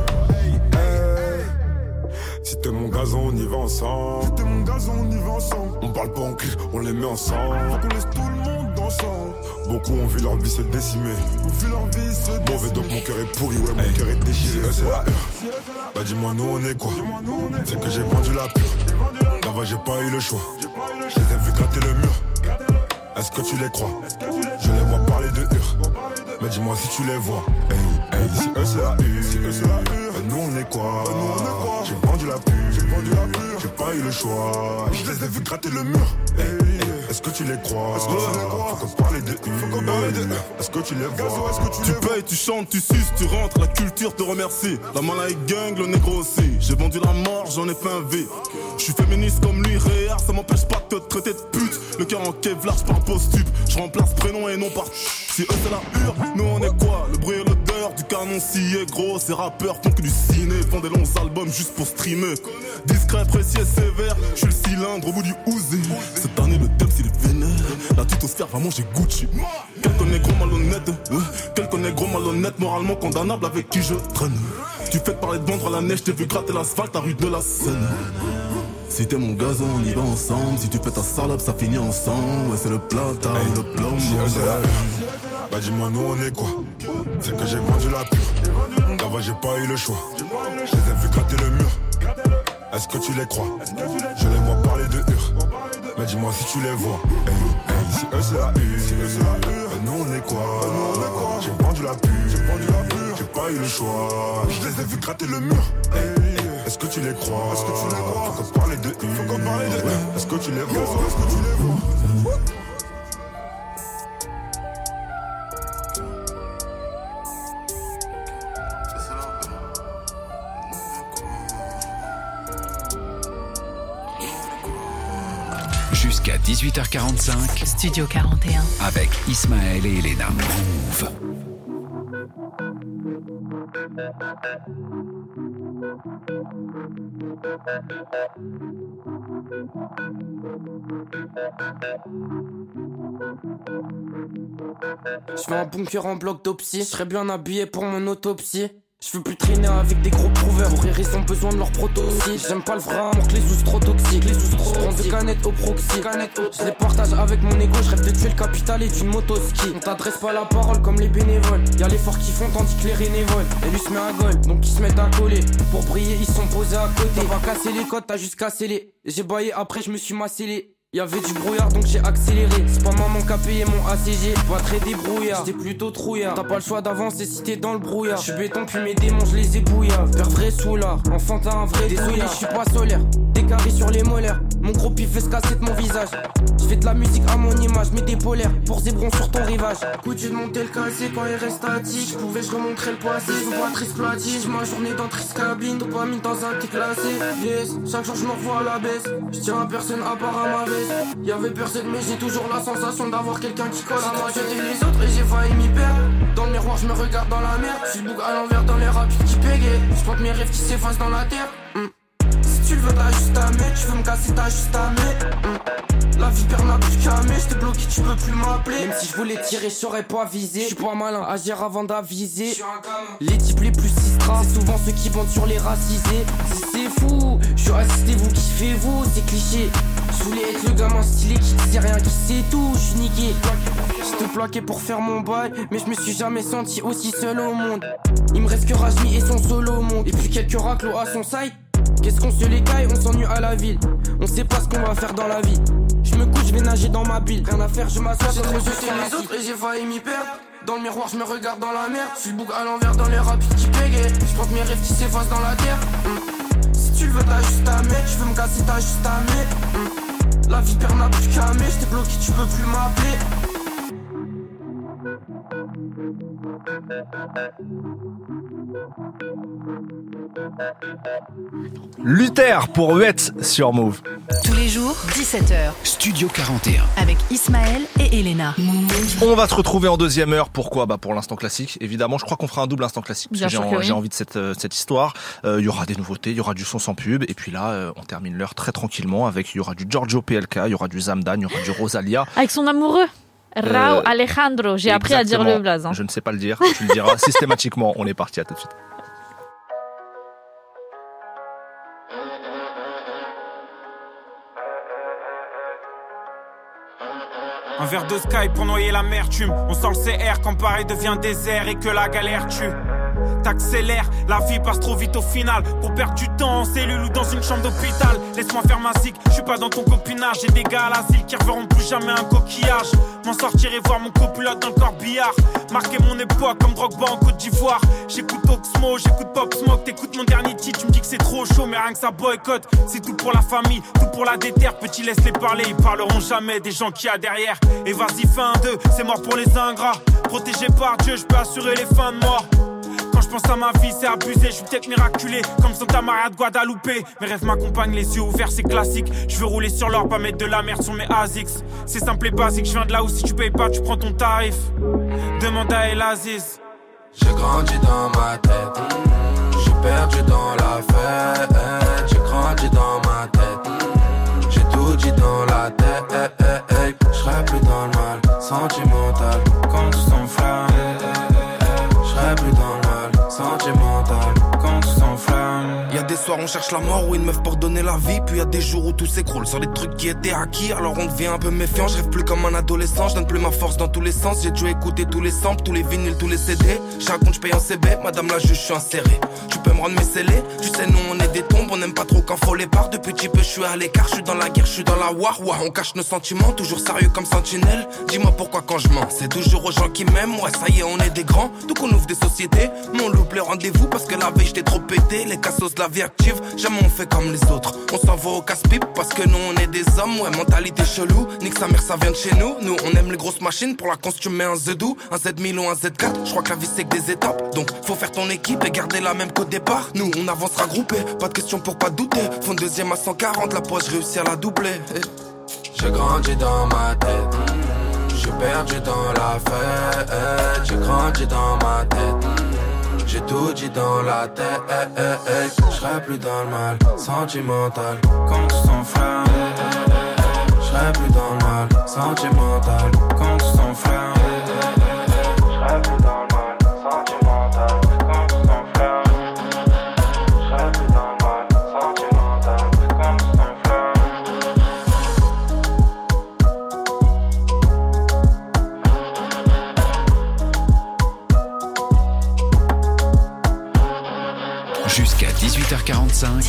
M: Si t'es mon gazon, on y va ensemble. On parle pas en cri, on les met ensemble. Faut qu'on laisse tout le monde ensemble. Beaucoup ont vu leur vie se décimer. Mauvais donc mon cœur est pourri, ouais mon cœur est déchiré. C'est la heure. Bah dis-moi nous on est quoi? C'est que j'ai vendu la pure. Là-bas j'ai pas eu le choix. Je les ai vus gratter le mur. Est-ce que tu les crois? Je les vois parler de hure. Mais dis-moi si tu les vois. Hey, hey, Si eux c'est la U, nous on est quoi? J'ai vendu la pure, j'ai pas eu le choix. Je les ai vus gratter le mur. Est-ce que tu les crois? Faut qu'on parle de une. Est-ce que tu les vois?
C: Tu payes, tu chantes, tu suces, tu rentres, la culture te remercie. La malaï gang, le négro aussi. J'ai vendu la mort, j'en ai fait un V. Je suis féministe comme lui, réel, ça m'empêche pas de te traiter de pute. Le cœur en kevlar, je parle post-tube. Je remplace prénom et nom par. Si eux c'est la hure, nous on est quoi? Le bruit et l'odeur du canon scié, gros. Ces rappeurs font que du ciné, font des longs albums juste pour streamer. Discret, précis et sévère, je suis le cylindre au bout du Uzi. Cette année le thème c'est les vénères. La tutosphère va manger Gucci. Quelques négros malhonnêtes, quelques négros malhonnêtes, moralement condamnables avec qui je traîne. Tu fais parler de vendre à la neige, t'es vu gratter l'asphalte à rue de la Seine. Si t'es mon gazon, on y va ensemble. Si tu fais ta salope, ça finit ensemble. Ouais, c'est le plata ou le plomb.
M: Bah dis-moi nous on est quoi? C'est que j'ai vendu la pure. Là-bas j'ai pas eu le choix. Je les ai vus gratter le mur. Est-ce que tu les crois? Je les vois parler de hur. Mais dis-moi si tu les vois. Si eux c'est la U, nous on est quoi? J'ai vendu la pure, j'ai pas eu le choix. Je les ai vus gratter le mur. Est-ce que tu les crois? Faut qu'on parle de une. Est-ce que tu les vois?
D: Jusqu'à 18h45,
G: Studio 41
D: avec Ismaël et Elena. Move.
F: Je veux un bunker en bloc d'opsie, je serais bien habillé pour mon autopsie. Je veux plus traîner avec des gros prouveurs. Pour rire, ils ont besoin de leur protoxy. J'aime pas le vrai amour, que les sous trop toxiques. Je prends deux canettes au proxy. Je les partage avec mon ego. Je rêve de tuer le capital et d'une moto-ski. On t'adresse pas la parole comme les bénévoles. Y'a les forts qui font tandis que les rénévoles. Et lui se met à gueule, donc ils se mettent à coller. Pour briller, ils sont posés à côté. On va casser les codes, t'as juste cassé les. J'ai baillé après, je me suis macellé. Y'avait du brouillard donc j'ai accéléré. C'est pas maman qui a payé mon ACG. Pas très débrouillard, j'étais plutôt trouillard. T'as pas le choix d'avancer si t'es dans le brouillard. J'suis béton puis mes démons je les ébouillard. Père vrai soulard, enfant t'as un vrai. Désolé j'suis pas solaire, des caries sur les molaires. Mon gros pif fait se casser de mon visage. J'fais de la musique à mon image, mets des polaires pour zébron sur ton rivage. Coutu de monter le cassé quand il reste statique. J'pouvais remontrer le passé, j'vois triste platine. Ma journée dans triste cabine, dopamine dans un petit classé. Yes, chaque jour j'me revois à la baisse. J'tiens à personne à part à ma veste. Y'avait personne mais j'ai toujours la sensation d'avoir quelqu'un qui colle à moi. J'étais les autres et j'ai failli m'y perdre. Dans le miroir je me regarde dans la merde. J'suis le bouc à l'envers dans les rapides qui pégayent. J'porte mes rêves qui s'effacent dans la terre. Si tu le veux t'as juste à mettre. Tu veux me casser t'as juste à mettre. La vipère n'a plus qu'à mettre. J't'ai bloqué tu peux plus m'appeler. Même si je voulais tirer j'aurais pas visé. J'suis pas malin, agir avant d'aviser. Les types les plus sistras, c'est souvent ceux qui bandent sur les racisés. Si c'est fou, j'suis assisté vous kiffez-vous, c'est cliché. Je voulais être le gamin stylé qui sait rien, qui sait tout, j'suis niqué. J'étais plaqué pour faire mon bail, mais je me suis jamais senti aussi seul au monde. Il me reste que Rajmi et son solo au monde. Et puis quelques raclos à son side. Qu'est-ce qu'on se les caille, on s'ennuie à la ville. On sait pas ce qu'on va faire dans la vie. Je me couche, je vais nager dans ma bille. Rien à faire, je m'assois, j'ai trop jeté les autres et j'ai failli m'y perdre. Dans le miroir, je me regarde dans la merde. Je suis le bouc à l'envers dans les rapides qui pégayent. Je porte mes rêves qui s'effacent dans la terre. Si tu le veux, t'as juste à mettre. Tu veux me casser, t'as juste à mettre. La vipère n'a plus qu'à mettre. J't'ai bloqué, tu peux plus m'appeler.
B: Luther pour Huet sur Move.
G: Tous les jours, 17h.
D: Studio 41.
G: Avec Ismaël et Elena.
B: On va se retrouver en deuxième heure. Pourquoi? Bah pour l'instant classique. Évidemment, je crois qu'on fera un double instant classique. Parce que j'ai envie de cette histoire. Il y aura des nouveautés, il y aura du son sans pub. Et puis là, on termine l'heure très tranquillement avec, il y aura du Giorgio PLK, il y aura du Zamdan, il y aura du Rosalia.
I: Avec son amoureux. Rao Alejandro. J'ai appris à dire le blaze.
B: Je ne sais pas le dire. Tu le diras systématiquement. On est parti, à tout de suite.
N: Un verre de Sky pour noyer l'amertume. On sent le CR quand Paris devient désert et que la galère tue. que t'accélères. La vie passe trop vite au final. Pour perdre du temps en cellule ou dans une chambre d'hôpital. Laisse-moi faire ma zik, je suis pas dans ton copinage. J'ai des gars à l'asile qui reverront plus jamais un coquillage. M'en sortir et voir mon copilote dans le corbillard. Marquer mon époque comme Drogba en Côte d'Ivoire. J'écoute Oxmo, j'écoute Pop Smoke. T'écoutes mon dernier titre, tu me dis que c'est trop chaud. Mais rien que ça boycotte. C'est tout pour la famille, tout pour la déterre. Petit, laisse-les parler, ils parleront jamais des gens qu'il y a derrière. Et vas-y, fais un 2, c'est mort pour les ingrats. Protégé par Dieu, je peux assurer les fins de mort. Quand je pense à ma vie, c'est abusé, je suis peut-être miraculé. Comme Santa Maria de Guadalupe. Mes rêves m'accompagnent, les yeux ouverts, c'est classique. Je veux rouler sur l'or, pas mettre de la merde sur mes ASICS. C'est simple et basique, je viens de là où si tu payes pas, tu prends ton tarif. Demande à El Aziz.
F: J'ai grandi dans ma tête, j'ai perdu dans la fête. J'ai grandi dans ma tête, j'ai tout dit dans la tête. J'serai plus dans le mal, sentimental, quand tout s'enflamme. J'serai plus dans le mal, sentimental, quand tout s'enflamme.
O: Y'a des soirs on cherche la mort ou une meuf pour donner la vie. Puis y'a des jours où tout s'écroule sur les trucs qui étaient acquis. Alors on devient un peu méfiant, je rêve plus comme un adolescent. Je donne plus ma force dans tous les sens. J'ai dû écouter tous les samples, tous les vinyles, tous les CD. Chaque compte je paye en CB, madame la juge je suis inséré. Tu peux me rendre mes scellés, tu sais nous on est des tombes. On aime pas trop quand faut les barres. Depuis petit peu je suis à l'écart, je suis dans la guerre, je suis dans la war. Ouah, on cache nos sentiments, toujours sérieux comme sentinelle. Dis-moi pourquoi quand je mens, c'est toujours aux gens qui m'aiment. Ouais ça y est on est des grands, donc on ouvre des sociétés. Mais on loupe les rendez-vous parce que la veille j'étais trop pété. Les cassos de la vie active, jamais on fait comme les autres. On s'en va au casse-pipe parce que nous on est des hommes. Ouais mentalité chelou, nique sa mère ça vient de chez nous. Nous on aime les grosses machines, pour la cons tu mets un Z2, un Z1000 ou un Z4. Je crois que la vie c'est que des étapes, donc faut faire ton équipe et garder la même qu'au départ. Nous on avancera groupé, pas de question pour pas douter. Fond deuxième à 140, la poche réussi à la doubler.
F: J'ai grandi dans ma tête, j'ai perdu dans la fête. J'ai grandi dans ma tête, j'ai tout dit dans la tête. J'serai plus dans le mal, sentimental, quand tout s'enflamme. J'serai plus dans le mal, sentimental, quand tout s'enflamme. J'serai plus dans le mal, sentimental, quand tout s'enflamme. J'serai plus dans le mal, sentimental, quand tout s'enflamme.
D: Jusqu'à 18h45.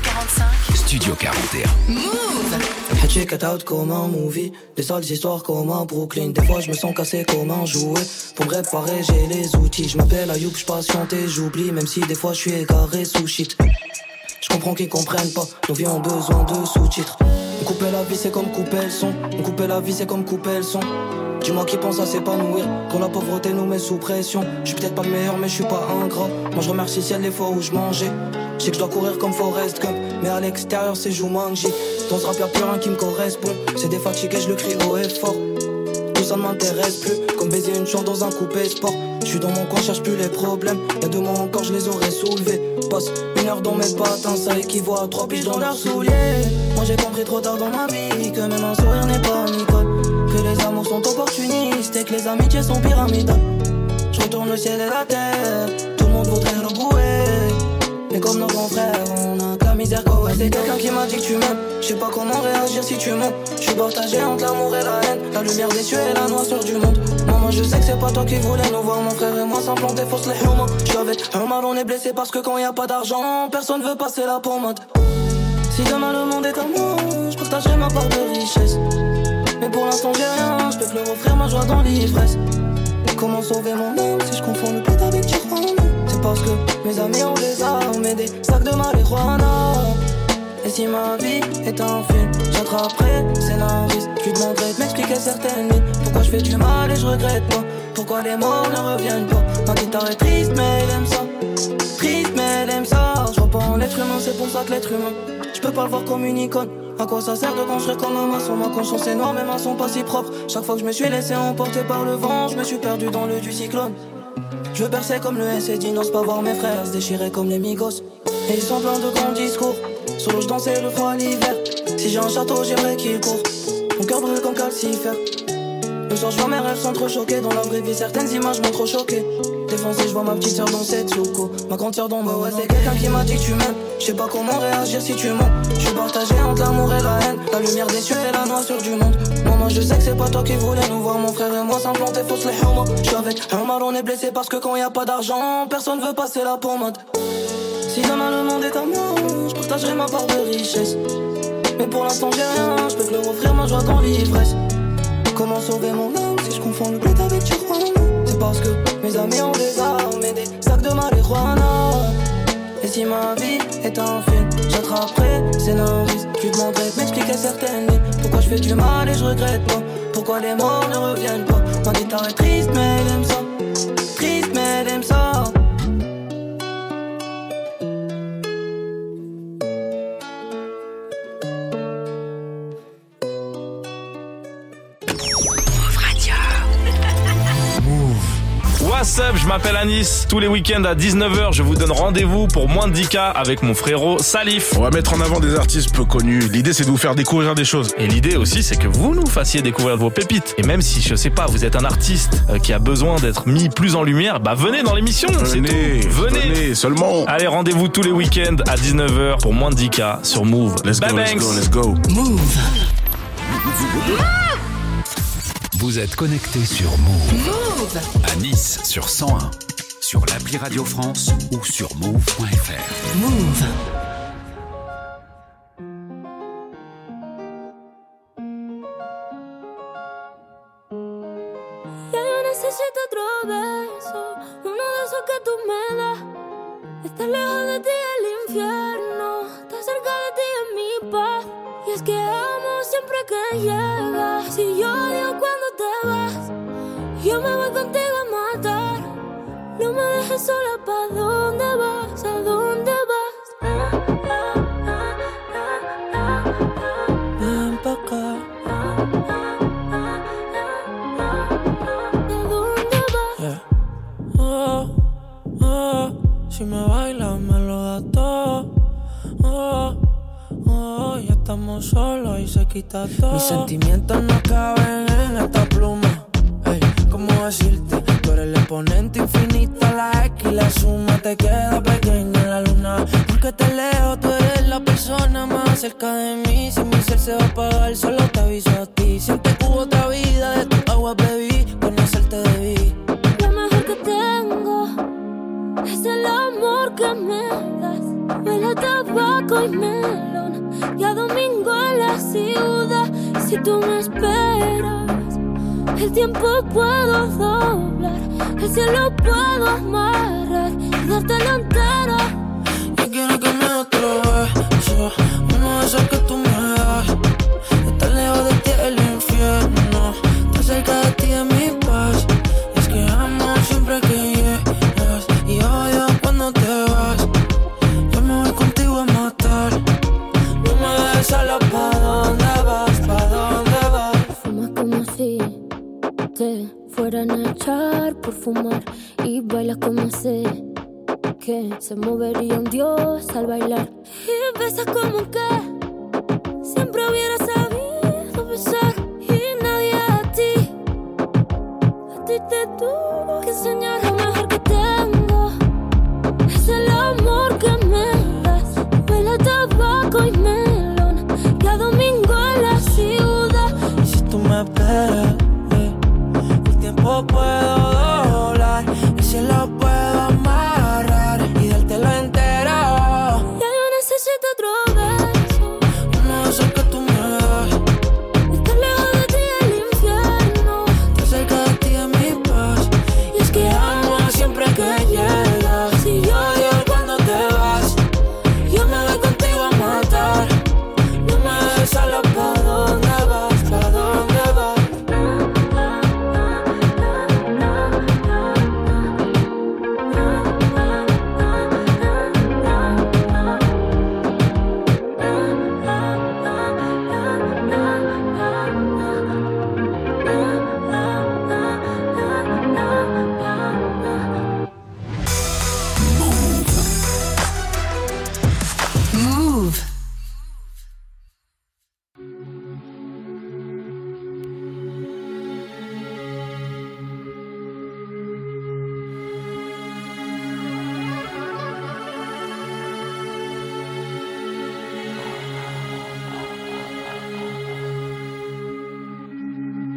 D: Studio 41.
J: Move. Check it out comme un movie. Des sales histoires comme un Brooklyn. Des fois je me sens cassé comme un jouet. Pour me réparer j'ai les outils. Je m'appelle Ayoub, je patiente et j'oublie. Même si des fois je suis égaré sous shit. Je comprends qu'ils comprennent pas. Nos vies ont besoin de sous-titres. Couper la vie c'est comme couper le son. Couper la vie c'est comme couper le son. Dis-moi qui pense à s'épanouir quand la pauvreté nous met sous pression. Je suis peut-être pas le meilleur mais je suis pas ingrat. Moi je remercie ciel les fois où je mangeais. Je sais que je dois courir comme Forrest Gump, mais à l'extérieur c'est Jumanji. Dans ce rap y'a plus rien qui me correspond. C'est des fatigues et je le crie haut et fort. Tout ça ne m'intéresse plus, comme baiser une chambre dans un coupé sport. Je suis dans mon coin, cherche plus les problèmes. Y'a 2 mois encore je les aurais soulevés. Passe 1 heure dans mes patins, ça équivaut à 3 piges dans leurs souliers. Moi j'ai compris trop tard dans ma vie que même un sourire n'est pas Nicole. Que les amours sont opportunistes et que les amitiés sont pyramidales. Je retourne le ciel et la terre, tout le monde voudrait le brouer. Mais comme nos grands frères, on a que la misère quoi. Ouais, c'est quelqu'un qui m'a dit que tu m'aimes. Je sais pas comment réagir si tu mens. Je suis partagé entre l'amour et la haine, la lumière des cieux et la noirceur du monde. Maman je sais que c'est pas toi qui voulais nous voir. Mon frère et moi s'implanter fausse les humains. Je suis avec un mal, on est blessé parce que quand y a pas d'argent, personne veut passer la pommade. Si demain le monde est à moi, je partagerai ma part de richesse. Mais pour l'instant j'ai rien, je peux plus offrir ma joie dans l'ivresse. Comment sauver mon âme si je confonds le pète avec Tijuana? C'est parce que mes amis ont des armes et des sacs de marijuana. Et si ma vie est un film, j'attraperai scénariste. Je lui demanderai de m'expliquer certaines lignes. Pourquoi je fais du mal et je regrette pas. Pourquoi les morts ne reviennent pas. Ma guitare est triste mais elle aime ça. Triste mais elle aime ça. Je crois pas en l'être humain, c'est pour ça que l'être humain, je peux pas le voir comme une icône. À quoi ça sert de construire comme un maçon? Ma conscience est noire, mes mains sont pas si propres. Chaque fois que je me suis laissé emporter par le vent, je me suis perdu dans le du cyclone. Je veux percer comme le SED, n'ose pas voir mes frères se déchirer comme les Migos. Et ils sont pleins de grands discours. Solo je dansais le froid l'hiver. Si j'ai un château j'aimerais qu'il court. Mon cœur brûle comme calcifère. Le soir je vois mes rêves sont trop choqués. Dans la vraie vie certaines images m'ont trop choqué. Défoncé, je vois ma petite sœur dans cette souco. Ma grande sœur dans ma ouais, c'est quelqu'un qui m'a dit que tu m'aimes. Je sais pas comment réagir si tu mens. Je suis partagé entre l'amour et la haine. La lumière des cieux et la noirceur du monde. Maman, je sais que c'est pas toi qui voulais nous voir. Mon frère et moi s'implanter fausse les homos. Je suis avec Omar, on est blessé parce que quand y a pas d'argent, personne veut passer la pommade. Si demain le monde est à moi, je partagerai ma part de richesse. Mais pour l'instant j'ai rien, je peux te leur offrir ma joie dans l'ivresse. Comment sauver mon âme si je confonds le bled avec Tijuana? C'est parce que mes amis ont des armes et des sacs de marijuana. Et si ma vie est un film, j'attraperai scénariste. Tu demanderais de m'expliquer certaines lignes. Pourquoi je fais du mal et je regrette pas. Pourquoi les morts ne reviennent pas. Ma guitare est triste mais elle aime ça. Triste mais elle aime ça.
B: What's up, je m'appelle Anis. Tous les week-ends à 19h, je vous donne rendez-vous pour moins de 10K avec mon frérot Salif.
P: On va mettre en avant des artistes peu connus. L'idée, c'est de vous faire découvrir des choses.
B: Et l'idée aussi, c'est que vous nous fassiez découvrir vos pépites. Et même si, je sais pas, vous êtes un artiste qui a besoin d'être mis plus en lumière, bah venez dans l'émission. Venez
P: seulement.
B: Allez, rendez-vous tous les week-ends à 19h pour moins de 10K sur Move.
P: Let's go.
G: Move.
D: Vous êtes connecté sur Move. À Nice sur 101, sur l'appli Radio France ou sur move.fr.
G: Move.
Q: Ya yo necesito otro beso, uno de esos que tú me das. Estar lejos de ti es el infierno, estar cerca de ti es mi paz. Y es que amo siempre que llegas. Si yo odio cuando te vas, yo me voy contigo a matar. No me dejes sola, ¿pa' dónde vas? ¿A dónde vas?
F: Ven pa' acá.
Q: ¿A dónde vas?
F: Yeah. Si me bailas me lo das todo. Ya estamos solos y se quita todo. Mis sentimientos no caben en esta pluma. Ey, ¿cómo decirte? Tú eres el exponente infinito, la X y la suma te queda pequeña en la luna. Porque te leo, tú eres la persona más cerca de mí. Si mi ser se va a apagar, solo te aviso a ti. Siente que hubo otra vida, de tu agua bebí, conocerte debí.
Q: Lo mejor que tengo es el amor que me das. Huele a tabaco y melón y a domingo en la ciudad. Si tú me esperas, el tiempo puedo doblar, el cielo puedo amarrar y dártelo entero.
F: Yo quiero que me des otro beso, uno de esos que tú me das. Estar lejos de ti es el infierno, estar cerca de ti es mi paz. Y es que amo siempre que llegas y odio cuando te vas. Yo me voy contigo a matar. No me dejes solo, ¿pa' dónde vas? ¿Pa' dónde vas?
Q: Fumas como si te fueran a echar por fumar y bailas como sé que se movería un dios al bailar. Y besas como que siempre hubiera sabido besar. Y nadie a ti te tuvo que enseñar. Lo mejor que tengo es el amor que me das. Huele a tabaco y melón y a domingo en la ciudad.
F: Y si tú me esperas, el tiempo puedo doblar, el cielo puedo amarrar y dártelo entero.
Q: Ya yo necesito otro beso,
F: uno de esos que tú me das.
Q: Estar lejos de ti es el infierno,
F: estar cerca de ti es mi paz.
Q: y es que amo siempre que llegas. Si yo odio cuando te vas,
F: yo me voy contigo a matar. No me dejes solo, ¿pa' dónde vas? ¿Pa' dónde vas?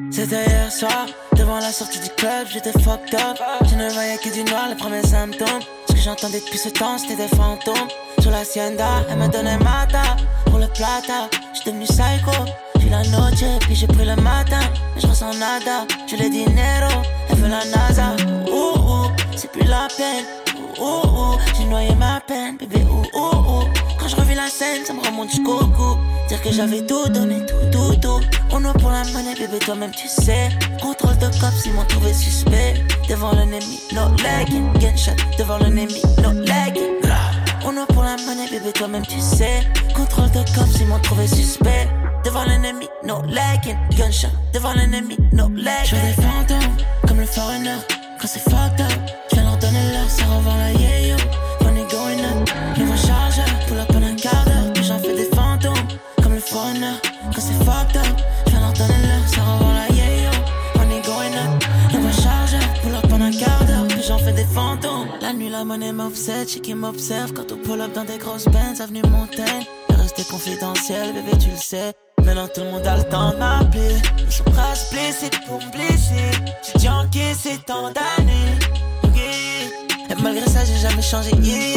R: C'était hier soir, devant la sortie du club, j'étais fucked up. Je ne voyais que du noir, les premiers symptômes. Ce que j'entendais depuis ce temps, c'était des fantômes. Sur la hacienda, elle me donnait mata pour le plata, j'étais devenu psycho. Puis la noche, puis j'ai pris le matin. Mais je ressens nada, je l'ai dinero. Elle veut la NASA, c'est plus la peine. J'ai noyé ma peine, bébé, Quand je revis la scène, ça me remonte jusqu'au cou. Dire que j'avais tout donné, tout. On a pour la monnaie, bébé, toi-même tu sais. Contrôle de cops, ils m'ont trouvé suspect. Devant l'ennemi, no legging. Gunshot, devant l'ennemi, no legging. On a pour la monnaie, bébé, toi-même tu sais. Contrôle de cops, ils m'ont trouvé suspect. Devant l'ennemi, no legging. Gunshot, devant l'ennemi, no legging. Je des fantômes, comme le foreigner. Quand c'est fucked up, je viens leur donner l'heure, ça revend la yeah-yo. Money going up, nouveau chargeur, pull up en un quart d'heure. Puis j'en fais des fantômes, comme le foreigner. Quand c'est fucked up, je viens leur donner l'heure, ça revend la yeah-yo. Money going up, nouveau chargeur, pull up en un quart d'heure. Puis j'en fais des fantômes. La nuit, la monnaie m'obsède, j'ai qui m'observe. Quand on pull up dans des grosses bands, avenue Montaigne. Le reste est confidentiel, bébé, tu le sais. Maintenant tout le monde a le temps de m'appeler. Ils sont presque blessés pour me blesser. J'ai déjà encaissé tant d'années. Et malgré ça j'ai jamais changé.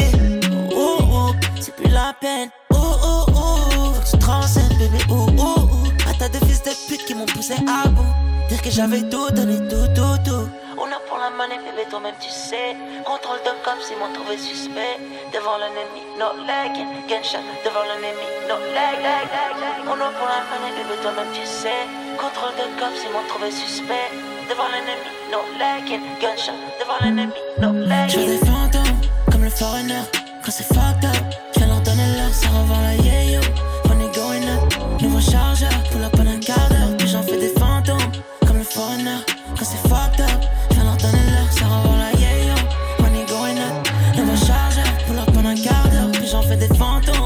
R: C'est plus la peine. Faut que tu transcendes bébé. À tas de fils de pute qui m'ont poussé à bout. Dire que j'avais tout donné, tout. On a pour la monnaie bébé, toi-même tu sais. Contrôle de cops, ils m'ont trouvé suspect. Devant l'ennemi, no legging. Gunshot, devant l'ennemi, no leg. On a pour la monnaie bébé, toi-même tu sais. Contrôle de cops, ils m'ont trouvé suspect. Devant l'ennemi, no legging. Gunshot, devant l'ennemi, no leg. Je veux des fantômes, comme le foreigner. Quand c'est fucked up, je viens leur donner l'heure, ça revend la yeah-yo. Money going up, nouveau chargeur, pull up en un quart d'heure. Puis j'en fais des fantômes, comme le foreigner. Quand c'est fucked up, je viens leur donner l'heure, ça revend la yeah-yo. Money going up, nouveau chargeur, pull up en un quart d'heure. Puis j'en fais des fantômes.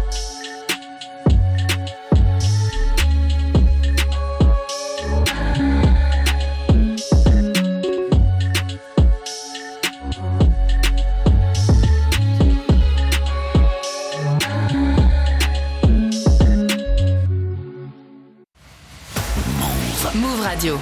G: Move Radio.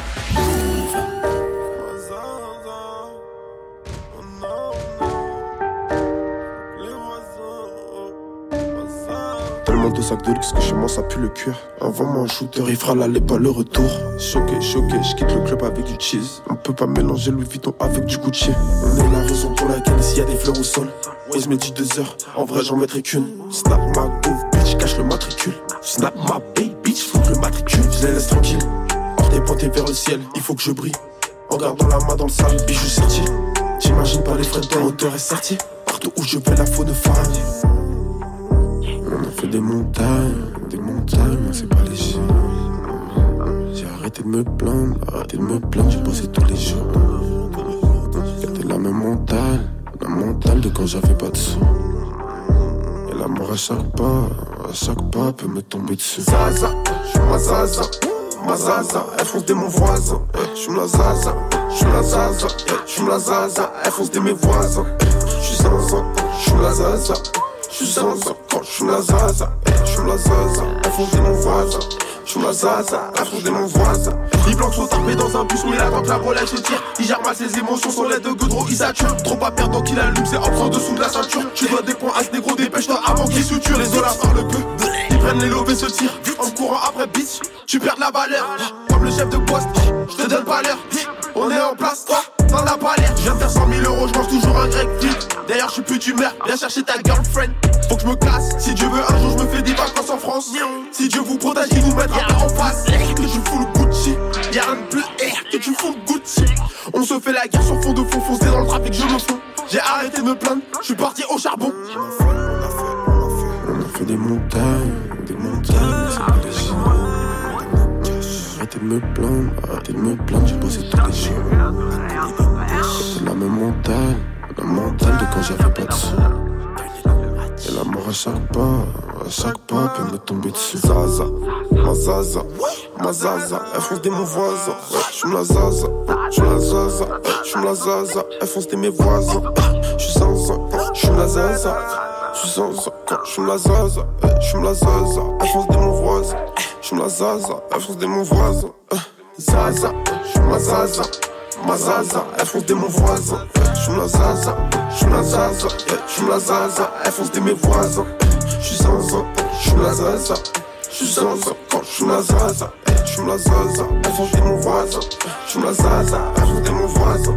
S: Tellement de sacs de luxe que chez moi ça pue le cuir. Envoie-moi un shooter, il fera l'aller pas le retour. Choqué, je quitte le club avec du cheese. On peut pas mélanger Louis Vuitton avec du Gucci. On est la raison pour laquelle ici y a des fleurs au sol. Ouais, je mets 2 heures, en vrai j'en mettrai qu'une. Snap ma groove, bitch, cache le matricule. Snap ma baby, bitch, faut que le matricule. Je les laisse tranquilles, hors des pointées vers le ciel. Il faut que je brille, en gardant la main dans le sale. Bijoux sortis, t'imagines pas les frais de moteur est sorti. Partout où je vais la faune faille. On a fait des montagnes, mais c'est pas léger. J'ai arrêté de me plaindre, j'ai bossé tous les jours. J'ai gardé la même mentale de quand j'avais pas de sous. Et la mort à chaque pas peut me tomber dessus. Zaza, j'suis ma zaza, elle fonce des mon voisin. J'suis la zaza, j'suis la zaza, elle fonce des mes voisins. J'suis zinzin, j'suis la zaza. J'suis zinzin quand j'suis la zaza. J'suis la zaza, elle fonce des mon voisin. J'suis la zaza, elle fonce des mon voisin. Les blancs sont tapés dans un bus, mais là quand la Rolex se tire, il gère mal ses émotions, son lait de goudron, il sature. Trop pas perdre donc il allume, c'est en dessous de la ceinture. Tu dois des points à ce négro, dépêche-toi avant qu'il suture. Les dollars parlent peu, ils prennent les lobes et se tirent. En courant après bitch, tu perds la valeur. Comme le chef de poste, j'te donne pas l'heure. On est en place, t'en as pas l'air. Je viens de faire 100 000 €, j'mange toujours un grec vite. D'ailleurs j'suis plus d'humeur, viens chercher ta girlfriend. Faut que je me casse, si Dieu veut un jour je me fais des vacances en France. Si Dieu vous protège, il vous mettra pas en face. Que tu fous le Gucci, y'a rien de plus que tu fous le Gucci. On se fait la guerre sur fond de fond, foncé dans le trafic, je me fonds. J'ai arrêté de me plaindre, j'suis parti au charbon. On a fait des montagnes, mais c'est pas léger. Arrêtez de me plaindre, j'ai bossé tous les jours. C'était la même mentale de quand j'avais pas de sous. Et la mort à chaque pas peut me tomber dessus. Zaza, ma zaza, elle fonce des mon voisin. J'suis la zaza, elle fonce des mes voisins. J'suis zinzin, j'suis la zaza. J'suis zinzin, j'suis la zaza. J'suis la zaza, elle fonce des mon voisin. J'suis la zaza, elle fonce des mon voisin. Zaza, j'suis la zaza. Ma zaza, elle fonce des mon voisin. J'suis la zaza, j'suis la zaza. J'suis la zaza, elle fonce des mes voisins. J'suis zinzin, j'suis la zaza. J'suis zinzin quand j'suis la zaza. J'suis la zaza, elle fonce des mon voisin. J'suis la zaza, elle fonce des mon voisin.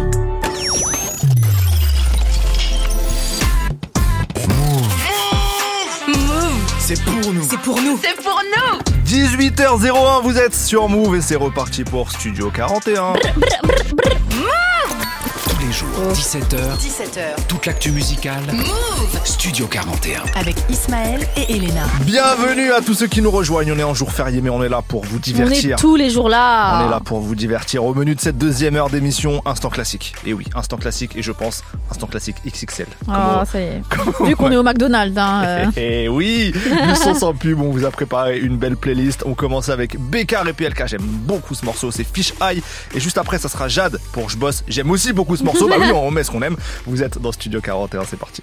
G: C'est pour nous. C'est pour nous. C'est pour nous.
B: 18h01, vous êtes sur Move et c'est reparti pour Studio 41.
D: Tous les jours, 17h. Toute l'actu musicale. Move Studio 41.
G: Avec Ismaël et Elena.
B: Bienvenue à tous ceux qui nous rejoignent. On est en jour férié, mais on est là pour vous divertir.
I: On est tous les jours là.
B: On est là pour vous divertir. Au menu de cette deuxième heure d'émission, Instant Classique. Et oui, Instant Classique et je pense Instant Classique XXL.
I: Ah, ça y est. Vu qu'on est au McDonald's.
B: Et oui, le son sans pub, on vous a préparé une belle playlist. On commence avec Bécard et PLK. J'aime beaucoup ce morceau, c'est Fish Eye. Et juste après, ça sera Jade pour Je Bosse. J'aime aussi beaucoup ce morceau. Bah oui, on met ce qu'on aime. Vous êtes dans Studio 41, c'est parti.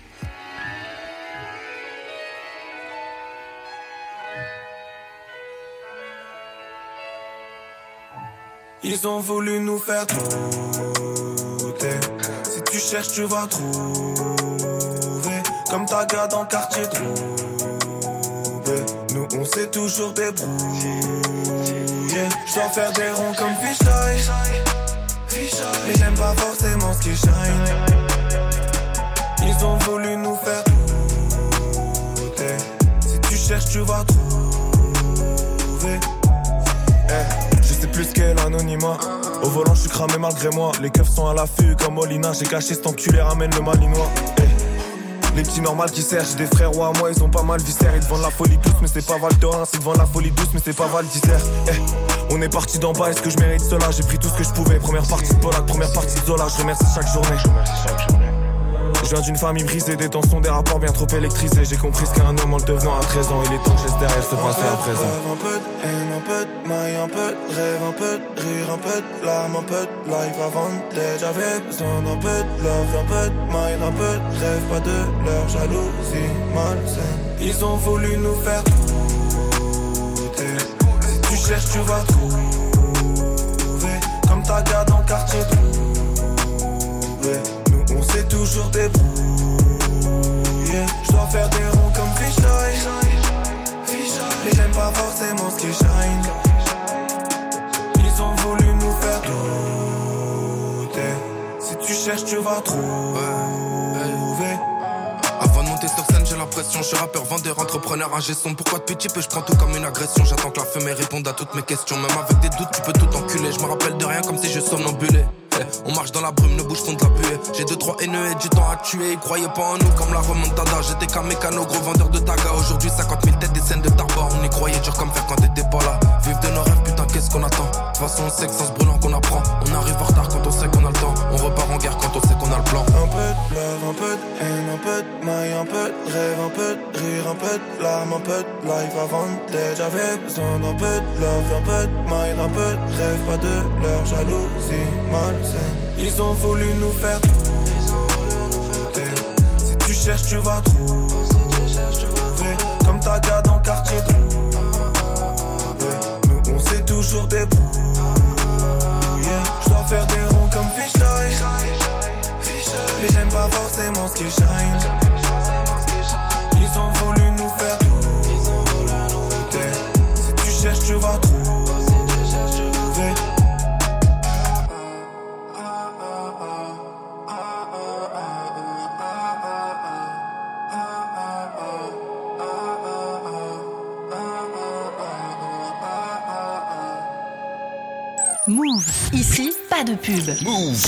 F: Ils ont voulu nous faire douter. Si tu cherches, tu vas trouver. Comme ta gars dans le quartier trouvé. Nous, on s'est toujours débrouillé. Je dois faire des ronds comme Fish Eye. Mais j'aime pas forcément ce qui shine. Ils ont voulu nous faire douter. Si tu cherches, tu vas trouver. Je sais plus qu'est l'anonymat. Au volant, je suis cramé malgré moi. Les keufs sont à l'affût comme Molina. J'ai caché cet enculé, ramène le malinois. Les petits normales qui serrent, j'ai des frères ou à moi, ils ont pas mal viscère. Ils te vendent la folie douce, mais c'est pas Val d'Orens. Ils te vendent la folie douce, mais c'est pas Val d'Isère. On est parti d'en bas, est-ce que je mérite cela? J'ai pris tout ce que je pouvais. Première partie de Polak, première partie de Zola. Je remercie chaque journée. Je viens d'une famille brisée, des tensions, des rapports bien trop électrisés. J'ai compris ce qu'est un homme en le devenant à 13 ans. Il est temps que je laisse derrière se passer à présent. Un peu de haine, un peu de maille, un peu de rêve, un peu de rire, un peu de larmes, un peu de life avant d'être. J'avais besoin d'un peu de love, un peu de maille, un peu de rêve, pas de leur jalousie malsaine. Ils ont voulu nous faire douter. Si tu cherches, tu vas trouver. Comme ta gars dans le quartier trouvé. On s'est toujours débrouillé. Je dois faire des ronds comme Fish Eye. Mais j'aime pas forcément ce qui shine. Ils ont voulu nous faire douter. Si tu cherches, tu vas trouver. Avant de monter sur scène, j'ai l'impression, je suis rappeur, vendeur, entrepreneur, ingé son. Pourquoi depuis petit peu, je prends tout comme une agression. J'attends que la fumée réponde à toutes mes questions. Même avec des doutes, tu peux tout enculer. Je me rappelle de rien comme si je somnambulais. On marche dans la brume, nos bouches font de la buée. J'ai 2-3 haineux et du temps à tuer. Ils croyaient pas en nous comme la remontada. J'étais qu'un mécano, gros vendeur de taga. Aujourd'hui 50 000 têtes, des scènes de tarba. On y croyait dur comme faire quand t'étais pas là. Vive de nos rêves, putain qu'est-ce qu'on attend. De toute façon on sait que sans se brûlant qu'on apprend. On arrive en retard quand on sait qu'on a le temps. On repart en guerre quand on sait qu'on a le plan. Un peu de love, un peu de haine, un peu de maille, un peu de rêve, un peu de rire, un peu de larmes, un peu de life avant d'être. J'avais besoin d'un peu de love, un peu de maille, un peu de rêve, pas de leur jalousie malsaine. Ils ont voulu nous faire douter. Si tu cherches, tu vas trouver. Comme ta gars dans le quartier trouvé. Nous, on s'est toujours débrouillé. Je dois faire des ronds comme Fish Eye. Mais j'aime pas forcément ce qui shine. Ils ont voulu nous faire douter. Si tu cherches, tu vas trouver.
G: Move. Ici, pas de pub.
D: Move.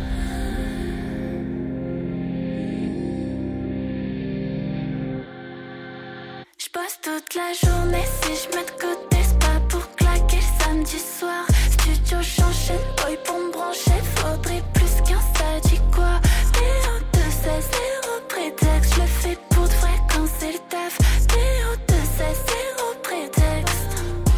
Q: Je bosse toute la journée, si je mets de côté, c'est pas pour claquer le samedi soir. Studio j'enchaîne, boy pour me brancher, faudrait plus qu'un ça dit quoi. PO2 c'est zéro prétexte, je le fais pour de vrai quand c'est le taf. PO2 c'est zéro prétexte.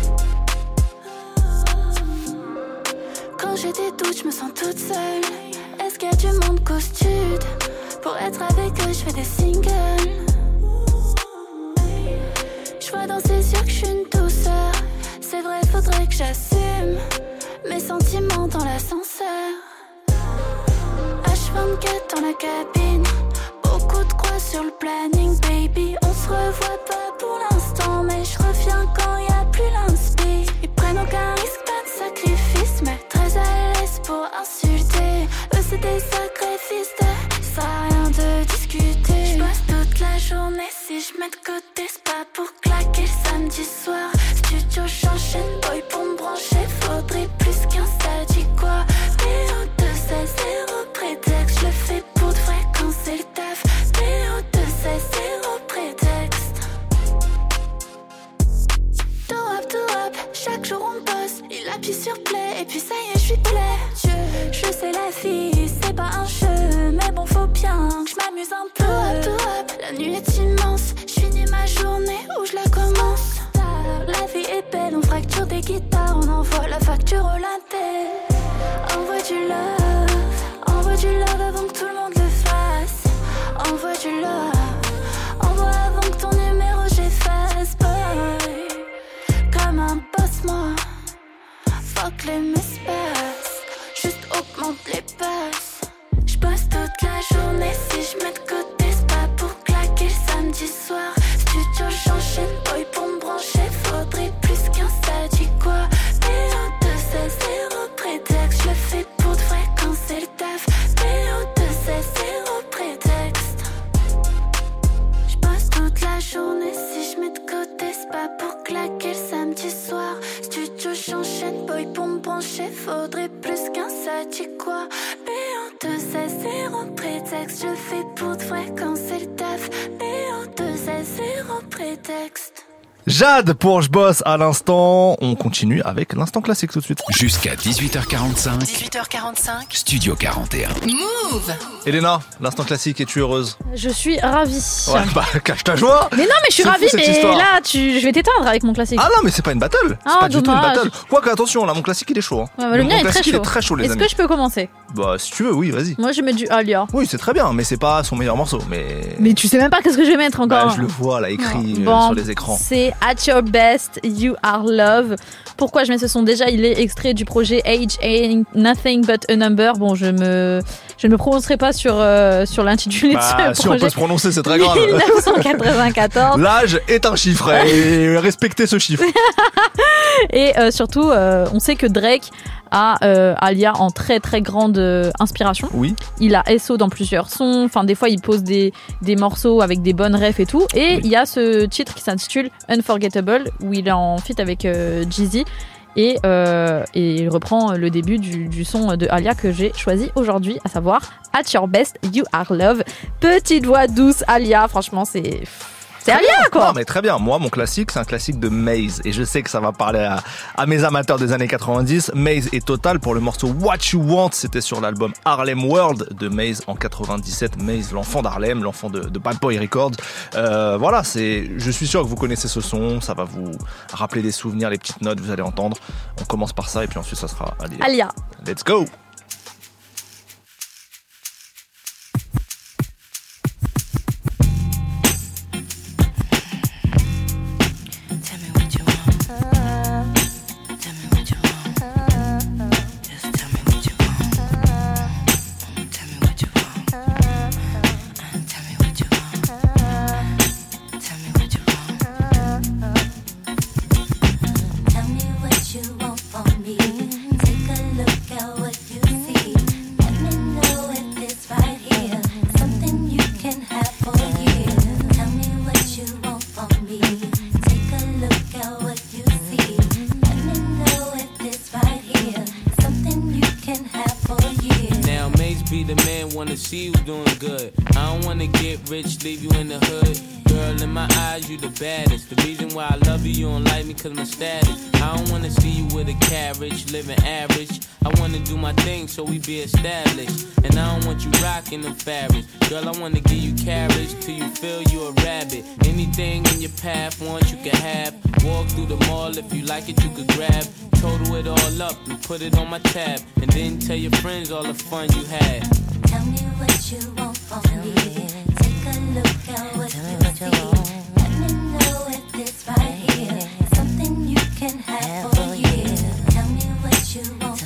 Q: Quand j'ai des doutes, je me sens toute seule. Est-ce qu'il y a du monde costume? Pour être avec eux, je fais des singles. Je vois dans ses yeux que je suis une douceur. C'est vrai, faudrait que j'assume. mes sentiments dans l'ascenseur. H24 dans la cabine, beaucoup de croix sur le planning, baby. On se revoit pas pour l'instant, mais je reviens quand y a plus l'inspi. Ils prennent aucun risque, pas de sacrifice, mais très à l'aise pour insulter. Eux c'est des sacrifices, ça sert à rien de discuter. J'bosse toute la journée, si je mets de côté, c'est pas pour claquer le samedi soir. Studio j'enchaîne, boy pour me brancher, faudrait plus qu'un ça dit quoi. PO2 c'est zéro prétexte, je le fais pour de vrai quand c'est le taf. PO2 c'est zéro prétexte. Do up, chaque jour on bosse, il appuie sur play et puis ça y est j'suis play. Je sais la fille, c'est pas un jeu, mais bon faut bien que j'm'amuse un peu. Do up, la nuit est immense, j'finis ma journée où je la commence. La vie est belle, on fracture des guitares, on envoie la facture au latte. Envoie du love avant que tout le monde le fasse. Envoie du love, envoie avant que ton numéro j'efface, boy. Comme un boss moi, fuck les mispass, juste augmente les passes. J'bosse toute la journée, si j'mets de côté c'est pas pour claquer le samedi soir. Studio j'enchaîne, boy pour me brancher, faudrait plus qu'un ça dit quoi. PO2 c'est zéro prétexte, je le fais pour de vrai quand c'est le taf. PO2 c'est zéro prétexte. J'bosse toute la journée, si j'mets de côté c'est pas pour claquer le samedi soir. Studio j'enchaîne, boy pour me brancher, faudrait plus qu'un ça dit quoi. PO2 c'est zéro prétexte, je le fais pour de vrai quand c'est le taf. PO2 c'est zéro prétexte.
B: Jade pour Je bosse à l'instant. On continue avec l'instant classique tout de suite.
D: Jusqu'à 18h45.
G: 18h45.
D: Studio 41.
G: Move.
B: Elena, l'instant classique, es-tu heureuse?
I: Je suis ravie.
B: Ouais, bah cache ta joie.
I: Mais non, mais je suis ravie, mais là, je vais t'éteindre avec mon classique.
B: Ah non, mais c'est pas une battle. C'est pas du tout une battle. Quoique, attention, là, mon classique, il est chaud.
I: Ouais, le mien est très chaud.
B: Il est très chaud, les amis.
I: Est-ce que je peux commencer?
B: Bah, si tu veux, oui, vas-y.
I: Moi, je mets du Alia.
B: Oui, c'est très bien, mais c'est pas son meilleur morceau. Mais
I: tu sais même pas qu'est-ce que je vais mettre encore.
B: Bah, je le vois là, écrit sur les écrans.
I: C'est At Your Best, You Are Love. Pourquoi je mets ce son? Déjà, il est extrait du projet Age Ain't Nothing But a Number. Bon, je ne me prononcerai pas sur l'intitulé de ce projet.
B: Si on peut se prononcer, c'est très grave.
I: 1994.
B: L'âge est un chiffre et respectez ce chiffre.
I: Et surtout, on sait que Drake a Alia en très très grande inspiration.
B: Oui.
I: Il a SO dans plusieurs sons. Enfin, des fois, il pose des morceaux avec des bonnes refs et tout. Et oui. Il y a ce titre qui s'intitule Unforgettable où il est en feat avec Jeezy. Et il reprend le début du son de Alia que j'ai choisi aujourd'hui, à savoir At Your Best, You Are Love. Petite voix douce, Alia, franchement, c'est Alia, quoi.
B: Non, mais très bien. Moi, mon classique, c'est un classique de Maze. Et je sais que ça va parler à mes amateurs des années 90. Maze et Total pour le morceau What You Want. C'était sur l'album Harlem World de Maze en 97. Maze, l'enfant d'Harlem, l'enfant de Bad Boy Records. Voilà, je suis sûr que vous connaissez ce son. Ça va vous rappeler des souvenirs, les petites notes, vous allez entendre. On commence par ça et puis ensuite ça sera
I: Alia.
B: Let's go.
F: Leave you in the hood. Girl, in my eyes, you the baddest. The reason why I love you, you don't like me cause my status. I don't wanna see you with a carriage, living average. I wanna do my thing so we be established. And I don't want you rocking them fabrics. Girl, I wanna give you carriage till you feel you a rabbit. Anything in your path, want you can have. Walk through the mall, if you like it, you could grab. Total it all up and put it on my tab. And then tell your friends all the fun you had.
Q: Tell me what you want from me. Look at what you see. Let me know if this right here something you can have for you. Tell me what you want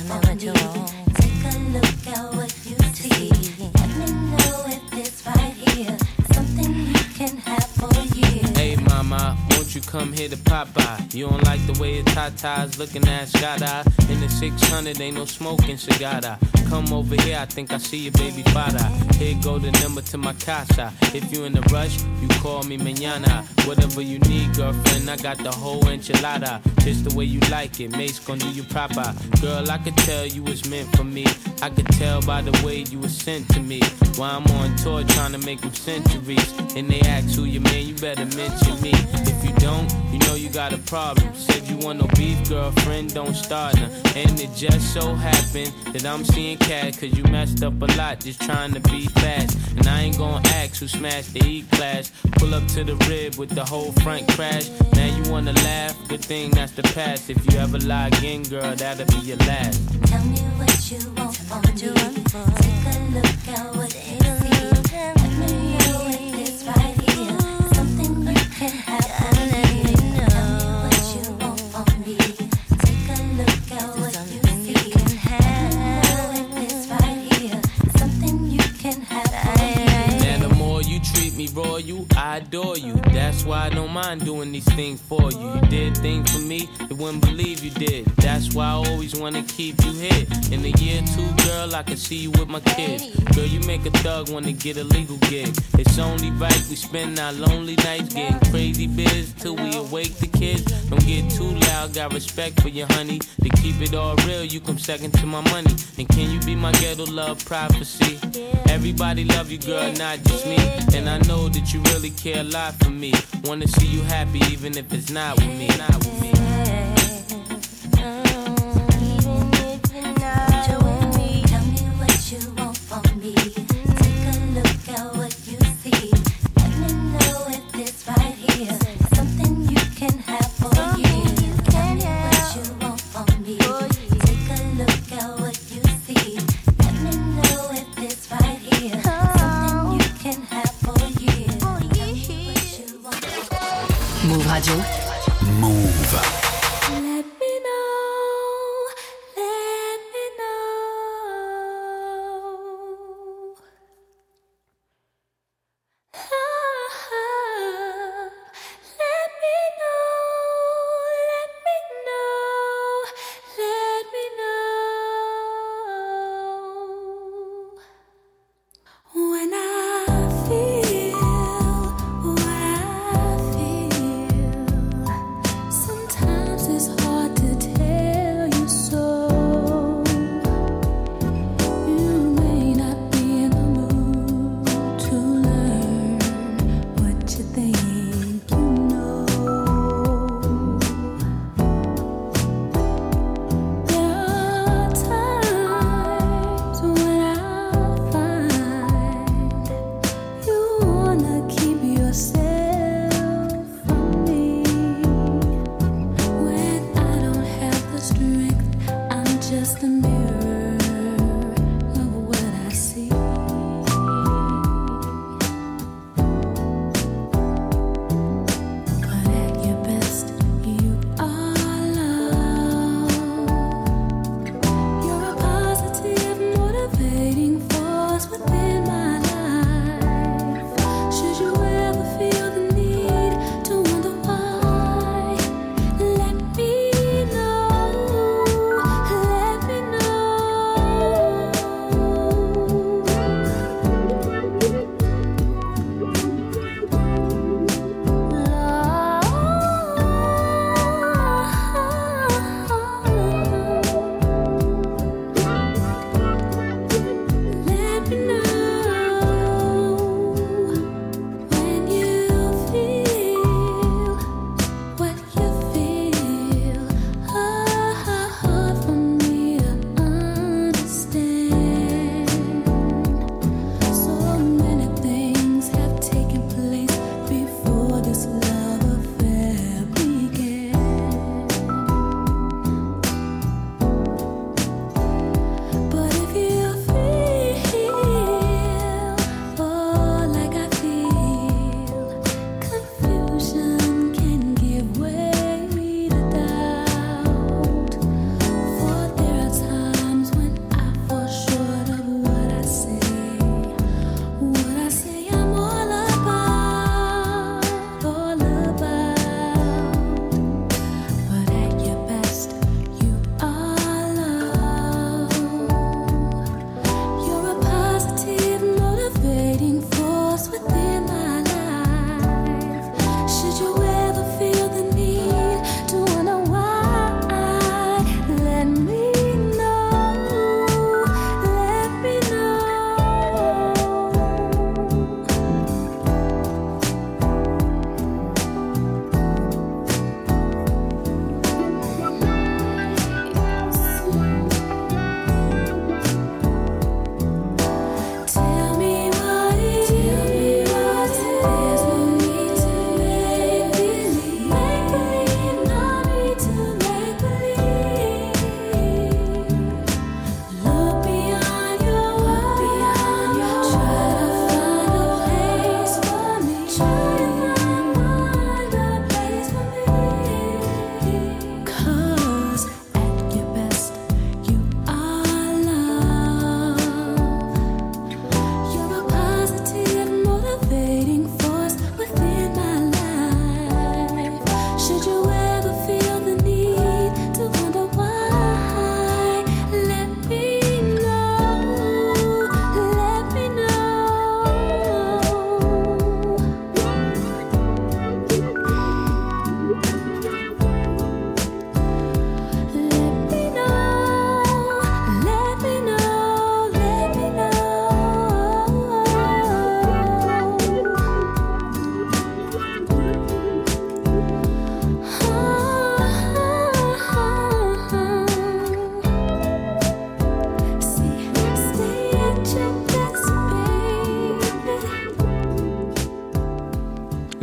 T: ma, won't you come here to Popeye? You don't like the way the tatas looking at Scott-Eye. In the 600, ain't no smoking cigar. Come over here, I think I see your baby father. Here go the number to my casa. If you in a rush, you call me mañana. Whatever you need, girlfriend, I got the whole enchilada. Just the way you like it, Mace gon' do you proper. Girl, I could tell you was meant for me. I could tell by the way you were sent to me. While I'm on tour trying to make them centuries. And they ask who you man, you better mention me. If you don't, you know you got a problem. Said you want no beef, girlfriend, don't start now. And it just so happened that I'm seeing cat, cause you messed up a lot just trying to be fast. And I ain't gon' ask who smashed the E-Class. Pull up to the rib with the whole front crash. Now you wanna laugh, good thing that's the past. If you ever lie again, girl, that'll be your last.
Q: Tell me what you want from me. Take a look at what you see. Let me know if it's right here. Something you can have for me. Tell me what you want from me. Take a look at what you see. Let me know if it's right here. Something you can have for me.
T: Now the more you treat me royal, I adore you. That's why I don't mind doing these things for you. You did things for me, they wouldn't believe you did. That's why I always wanna keep you here. In a year or two, girl, I can see you with my kids. Girl, you make a thug wanna get a legal gig. It's only right we spend our lonely nights getting crazy biz till we awake the kids. Don't get too loud, got respect for you, honey. To keep it all real, you come second to my money. And can you be my ghetto love prophecy? Everybody love you, girl, not just me. And I know that you really care a lot for me. Wanna see you happy even if it's not with me. Not with me.
G: Move Radio.
D: Move.
Q: Sometimes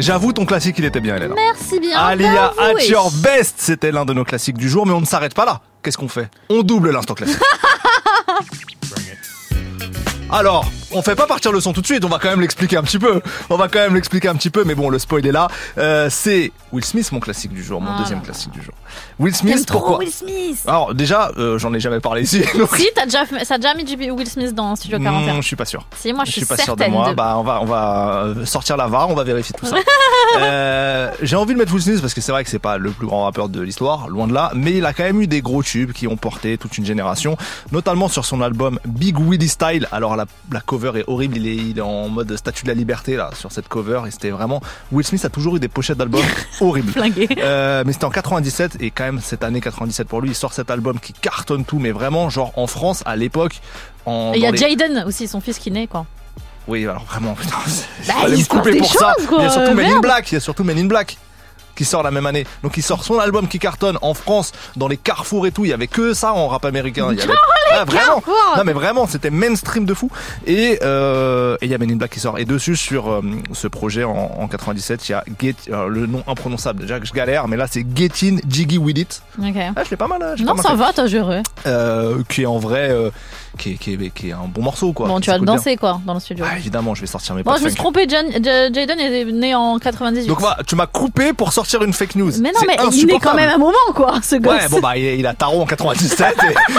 B: J'avoue, ton classique, il était bien, Elena.
I: Merci bien.
B: Alia at your best, c'était l'un de nos classiques du jour, mais on ne s'arrête pas là. Qu'est-ce qu'on fait? On double l'instant classique. Alors, on fait pas partir le son tout de suite, on va quand même l'expliquer un petit peu. Mais bon, le spoil est là. C'est Will Smith, mon classique du jour, mon deuxième classique du jour. Will Smith, pourquoi?
I: Will Smith.
B: Alors déjà, j'en ai jamais parlé ici. Donc...
I: Si, ça a déjà mis du Will Smith dans Studio 41.
B: Je suis pas sûr.
I: Si, moi je suis
B: pas
I: certaine.
B: sûr de moi. Bah, on va sortir la VAR, on va vérifier tout ça. J'ai envie de mettre Will Smith parce que c'est vrai que c'est pas le plus grand rappeur de l'histoire, loin de là, mais il a quand même eu des gros tubes qui ont porté toute une génération, notamment sur son album Big Willie Style. Alors la cover est horrible, il est en mode Statue de la Liberté là sur cette cover et c'était vraiment... Will Smith a toujours eu des pochettes d'albums horribles. Mais c'était en 97 et quand même cette année 97 pour lui, il sort cet album qui cartonne tout, mais vraiment genre en France à l'époque.
I: Il y a Jaden aussi, son fils qui naît quoi.
B: Oui, alors vraiment, putain,
I: il se couper pour ça.
B: Il y a surtout Men in Black qui sort la même année. Donc il sort son album qui cartonne en France, dans les carrefours et tout. Il y avait que ça en rap américain. Il y avait... vraiment. Non mais vraiment, c'était mainstream de fou. Et il y a Men in Black qui sort. Et dessus sur ce projet en 97, il y a le nom imprononçable. Déjà que je galère, mais là c'est Getting Jiggy With It.
I: Okay.
B: Ah, je l'ai pas mal.
I: Non, ça va, t'as géré.
B: Qui est en vrai. Qui est un bon morceau quoi.
I: Bon, tu vas danser quoi dans le studio.
B: Ah, évidemment, je vais sortir mes
I: Bon, je me suis trompé, Jaden est né en 98.
B: Donc tu m'as coupé pour sortir une fake news.
I: Mais non, mais il est quand même un moment quoi, ce gosse.
B: Ouais, bon bah il a tarot en 97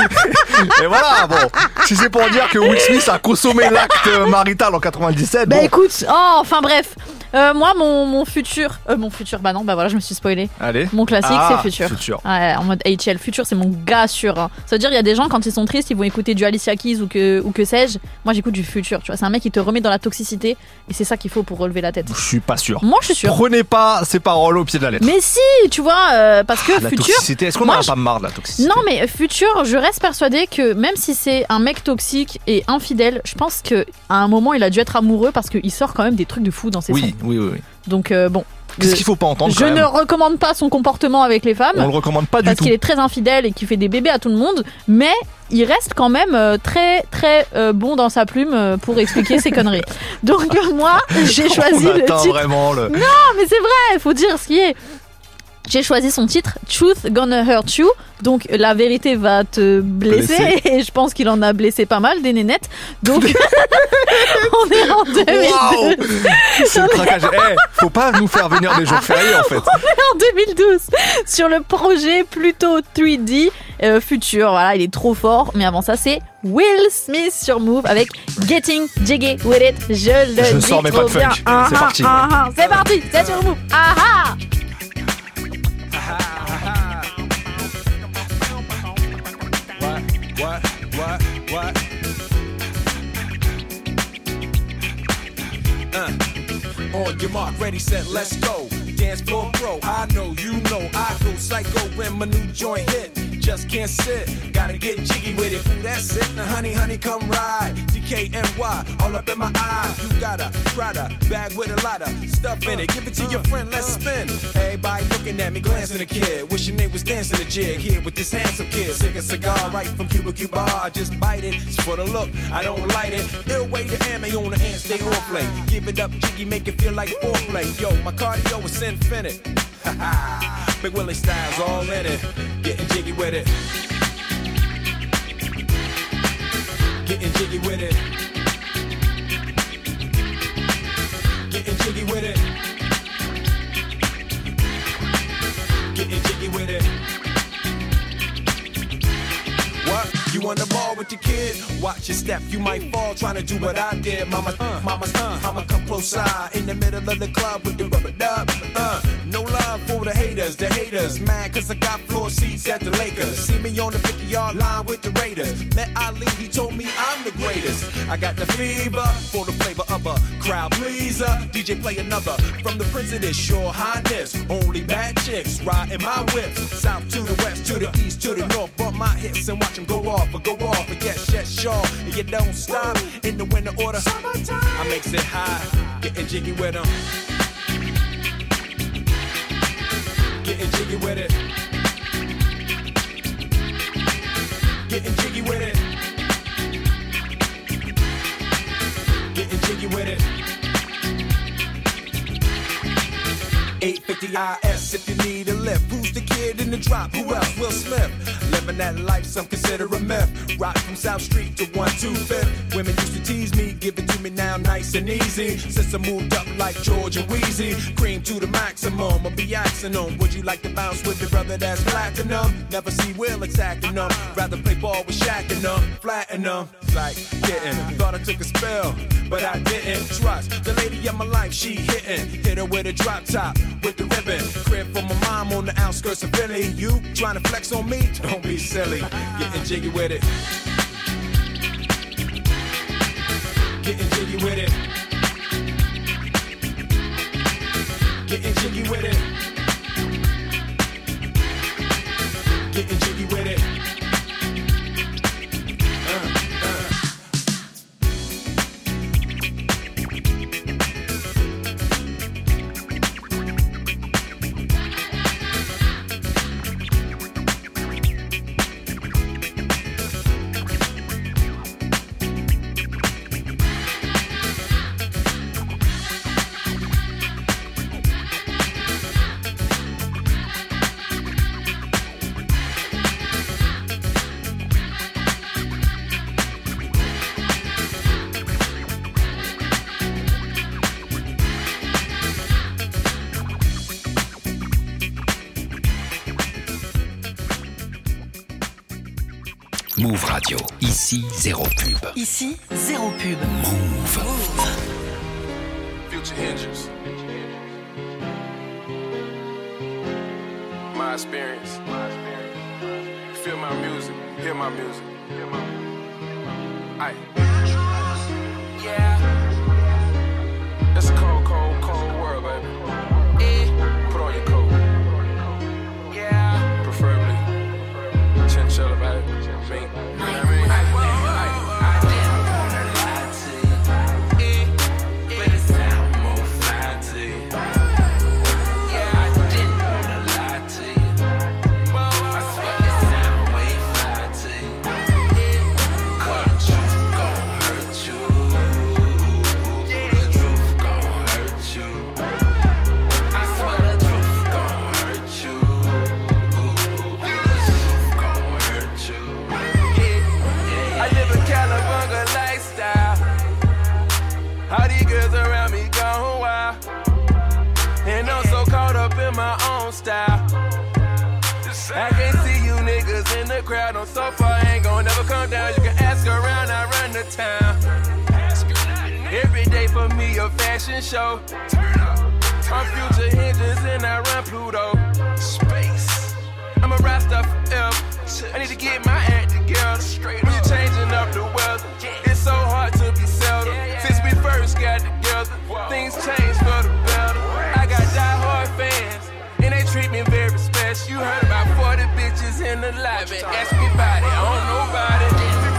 B: et voilà, bon. Si c'est pour dire que Will Smith a consommé l'acte marital en 97.
I: Bah bon. Écoute, enfin bref. Moi, mon futur, bah non, bah voilà, je me suis spoilé.
B: Allez.
I: Mon classique, c'est Future. Ouais, en mode HL. Future, c'est mon gars sûr. Hein. Ça veut dire, il y a des gens, quand ils sont tristes, ils vont écouter du Alicia Keys ou que sais-je. Moi, j'écoute du Future, tu vois. C'est un mec qui te remet dans la toxicité et c'est ça qu'il faut pour relever la tête.
B: Je suis pas sûr.
I: Moi, je suis sûr.
B: Prenez pas ces paroles au pied de la lettre.
I: Mais si, tu vois, parce que
B: la
I: Future.
B: Toxicité. Est-ce qu'on en a pas marre de la toxicité?
I: Non, mais Future, je reste persuadée que même si c'est un mec toxique et infidèle, je pense qu'à un moment, il a dû être amoureux parce qu'il sort quand même des trucs de fou dans ses sons.
B: Oui.
I: Donc bon.
B: Qu'est-ce qu'il faut pas entendre?
I: Je ne recommande pas son comportement avec les femmes.
B: On le recommande pas du tout.
I: Parce qu'il est très infidèle et qu'il fait des bébés à tout le monde. Mais il reste quand même très très bon dans sa plume pour expliquer ses conneries. Donc moi, j'ai choisi le titre.
B: Vraiment le...
I: Non, mais c'est vrai, il faut dire ce qui est. J'ai choisi son titre, Truth Gonna Hurt You. Donc la vérité va te blesser. Et je pense qu'il en a blessé pas mal des nénettes. Donc on est en 2012.
B: Wow, c'est le craquage. Faut pas nous faire venir des jours fériés en fait.
I: On est en 2012 sur le projet plutôt 3D Future. Voilà, il est trop fort. Mais avant ça, c'est Will Smith sur Move avec Getting Jiggy With It. Je
B: sors mes pas de funk. C'est parti.
I: C'est parti. C'est sur Move. Aha.
E: What? On your mark, ready, set, let's go. Dance floor pro, I know, you know, I go psycho when my new joint hit. Just can't sit, gotta get jiggy with it. Ooh, that's it, now honey, come ride. DKNY, all up in my eyes. You got a Prada bag with a lot of stuff in it. Give it to your friend, let's spin. Everybody looking at me, glancing a kid. Wishing they was dancing a jig here with this handsome kid. Sick a cigar right from Cuba Cuba. I just bite it, it's for the look, I don't light it. Ill way to ammo on the hand, stay on play. Give it up, jiggy, make it feel like foreplay. Yo, my cardio is infinite. Big Willie style's all in it. Getting jiggy with it. Getting jiggy with it. Getting jiggy with it. Getting jiggy with it. What? You on the ball with your kid? Watch your step, you might fall trying to do what I did. Mama, I'ma come close side in the middle of the club with the rubber dub. No love for the haters. Mad cause I got floor seats at the Lakers. See me on the 50-yard line with the Raiders. Met Ali, he told me I'm the greatest. I got the fever for the flavor of a crowd pleaser. DJ play another from the Prince of this Your Highness. Only bad chicks riding my whip. South to the west, to the east, to the north. Bump my hips and watch them go off. And yes, sure. And you don't stop in the winter order. I makes it high, getting jiggy with them. Getting jiggy with it. Getting jiggy with it. Getting jiggy with it. D-I-S if you need a lift. Who's the kid in the drop? Who else? Will Smith. Living that life, some consider a myth. Rock from South Street to 125th. Women used to tease me, give it to me now nice and easy. Since I moved up like George and Wheezy, cream to the maximum, I'll be axing them. Would you like to bounce with your brother that's platinum? Never see Will attacking them. Rather play ball with Shaq and them, flatten them. Like getting, thought I took a spell, but I didn't trust the lady of my life. She hitting, hit her with a drop top with the ribbon. Crib for my mom on the outskirts of Philly. You trying to flex on me? Don't be silly. Getting jiggy with it. Getting jiggy with it. Getting jiggy with it. Getting jiggy with it.
D: Move Radio. Ici, zéro pub.
G: Ici, zéro pub.
D: Move.
O: Future Hinges. My experience. Feel my music. Hear my music. Aye. Yeah. It's a cold, cold, cold world, baby. Put on your coat. Yeah. Preferably chinchilla, baby. Me. You know what I mean? I didn't wanna lie to you, but it sound more fly to you. Yeah, I didn't wanna lie to you. I swear it sound way fly to you. Cause the truth gon' hurt you. The truth gon' hurt you. I swear the truth gon' hurt you. The truth gon' hurt you. I live a California lifestyle. All these girls around me gone wild, and I'm so caught up in my own style. I can't see you niggas in the crowd. I'm so far, ain't gon' never come down. You can ask around, I run the town. Every day for me a fashion show. I'm Future Hinges and I run Pluto. Space. I'm a rockstar forever. I need to get my act together. When you're changing up the weather, it's so hard to be settled. Since we first got together, things changed for the better. I got die-hard fans, and they treat me very special. You heard about 40 bitches in the lobby. Ask me about it, I don't know about it.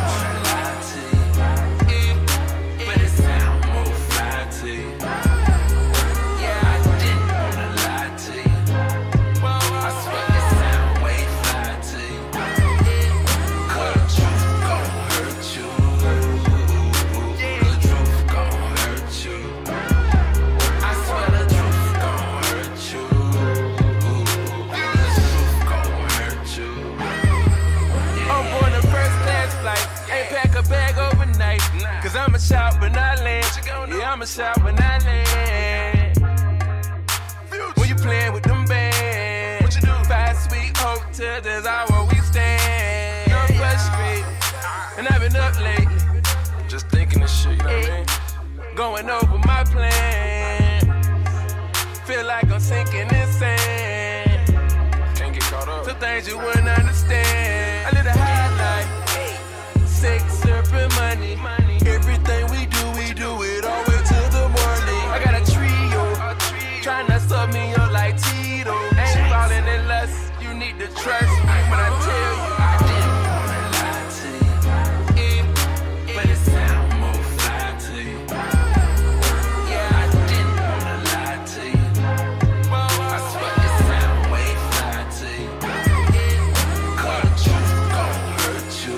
O: But it sound more fly to you. Yeah, I didn't wanna lie to you. I swear it sound way fly to you. Cause the truth gon' hurt you. The truth gon' hurt you. I swear the truth gon' hurt you. The truth gon' hurt you. I'm on a first class flight. Ain't pack a bag overnight. Cause I'ma shop when I land. Yeah, I'ma shop when I land. When you playing with them bands, what you do? 5 sweet hotels, that's all where we stand. No frustrated, and I've been up lately. Just thinking this shit, you know what I mean? Going over my plan. Feel like I'm sinking in sand. Can't get caught up. Some things you wouldn't understand. I live a high life. Sex, surfing, money. Everything we do it all way to the morning. I got a trio, trying to sub me up like Tito. Ain't falling in lust, you need to trust me when I tell you. I didn't wanna lie to you, but it sound more fly to you. Yeah, I didn't wanna lie to you. I swear it sound way fly to you. Cause the truth gon' hurt you.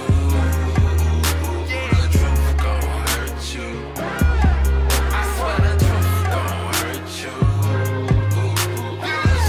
O: The truth gon' hurt you. I swear the truth gon' hurt you. The truth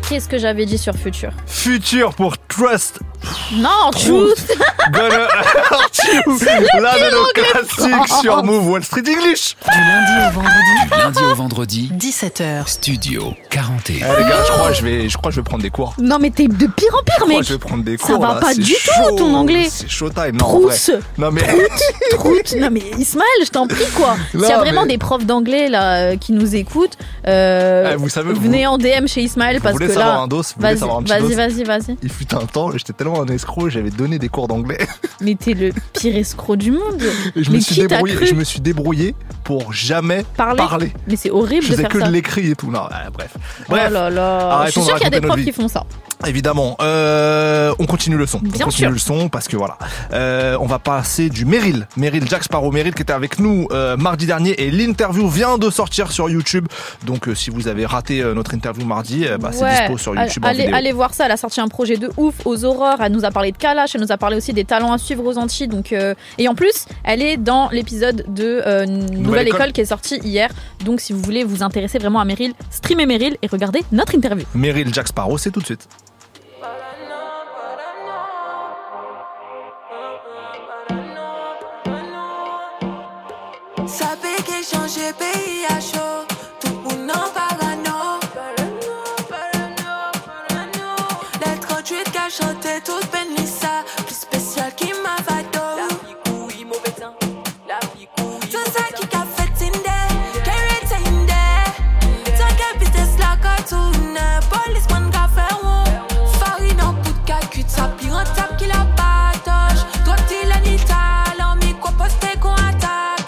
I: Qu'est-ce que j'avais dit sur Future?
B: Future pour Trust.
I: Non, Truth.
B: L'un de nos classiques sur Move Wall Street English.
G: Du lundi au vendredi, 17h.
D: Studio 41.
B: Les gars, je crois que je vais prendre des cours.
I: Non mais t'es de pire en pire, mec.
B: Je vais prendre des cours.
I: Ça va
B: là.
I: pas
B: C'est
I: du
B: chaud.
I: tout ton anglais.
B: C'est showtime. Non, en vrai. Non mais
I: Trout. Non mais Ismaël, je t'en prie quoi. S'il y a vraiment des profs d'anglais là qui nous écoutent,
B: vous savez,
I: venez en DM chez Ismaël parce que là.
B: Savoir un dos,
I: vas-y.
B: Il fut un temps, j'étais tellement un escroc, j'avais donné des cours d'anglais.
I: Mais t'es le pire escroc du monde.
B: Et je me suis débrouillé pour jamais parler.
I: Mais c'est horrible de faire ça.
B: Je faisais que de l'écrit et tout. Non, bref.
I: Oh là là. Je suis sûr qu'il y a des profs qui font ça.
B: Évidemment, on continue le son.
I: Bien
B: sûr.
I: Le
B: son parce que voilà, on va passer du Meryl Jack Sparrow, Meryl qui était avec nous mardi dernier et l'interview vient de sortir sur YouTube. Donc si vous avez raté notre interview mardi, c'est dispo sur YouTube en vidéo.
I: Allez voir ça. Elle a sorti un projet de ouf aux Aurores. Elle nous a parlé de Kalash, elle nous a parlé aussi des talents à suivre aux Antilles. Donc et en plus, elle est dans l'épisode de Nouvelle École qui est sorti hier. Donc si vous voulez vous intéresser vraiment à Meryl, streamez Meryl et regardez notre interview.
B: Meryl Jack Sparrow, c'est tout de suite.
L: Ça fait qu'elle change pays à chaud. Tout pour non parano. Les 38 qu'a chanté toute peine lissa. Plus spécial qui m'a vado. La vie couille, mauvais temps. La vie couille. Tout ça qui qu'a fait Tinder. Carry Tinder. Tant qu'elle business la cartoon. Policeman qu'a fait on. Farine en bout de calcul. Ça pire en table qui la patoche. Doit-il en Italie? Mais quoi poster qu'on attaque?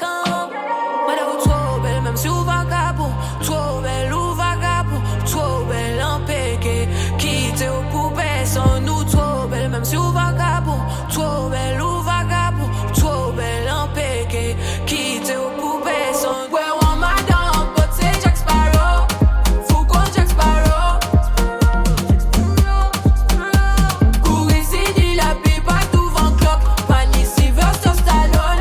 L: Si ou vagabond, trop belle ou vagabond, trop belle en péché, quitte au poupée sans nous, trop belle, même si ou vagabond, trop belle ou vagabond, trop belle en péché, quitte au poupée sans nous. Ouais, on m'a dans pote, c'est Jack Sparrow, faut qu'on Jack Sparrow. Cours ici, dit la pipe à tout vent clock, Pani Sylvester Stallone.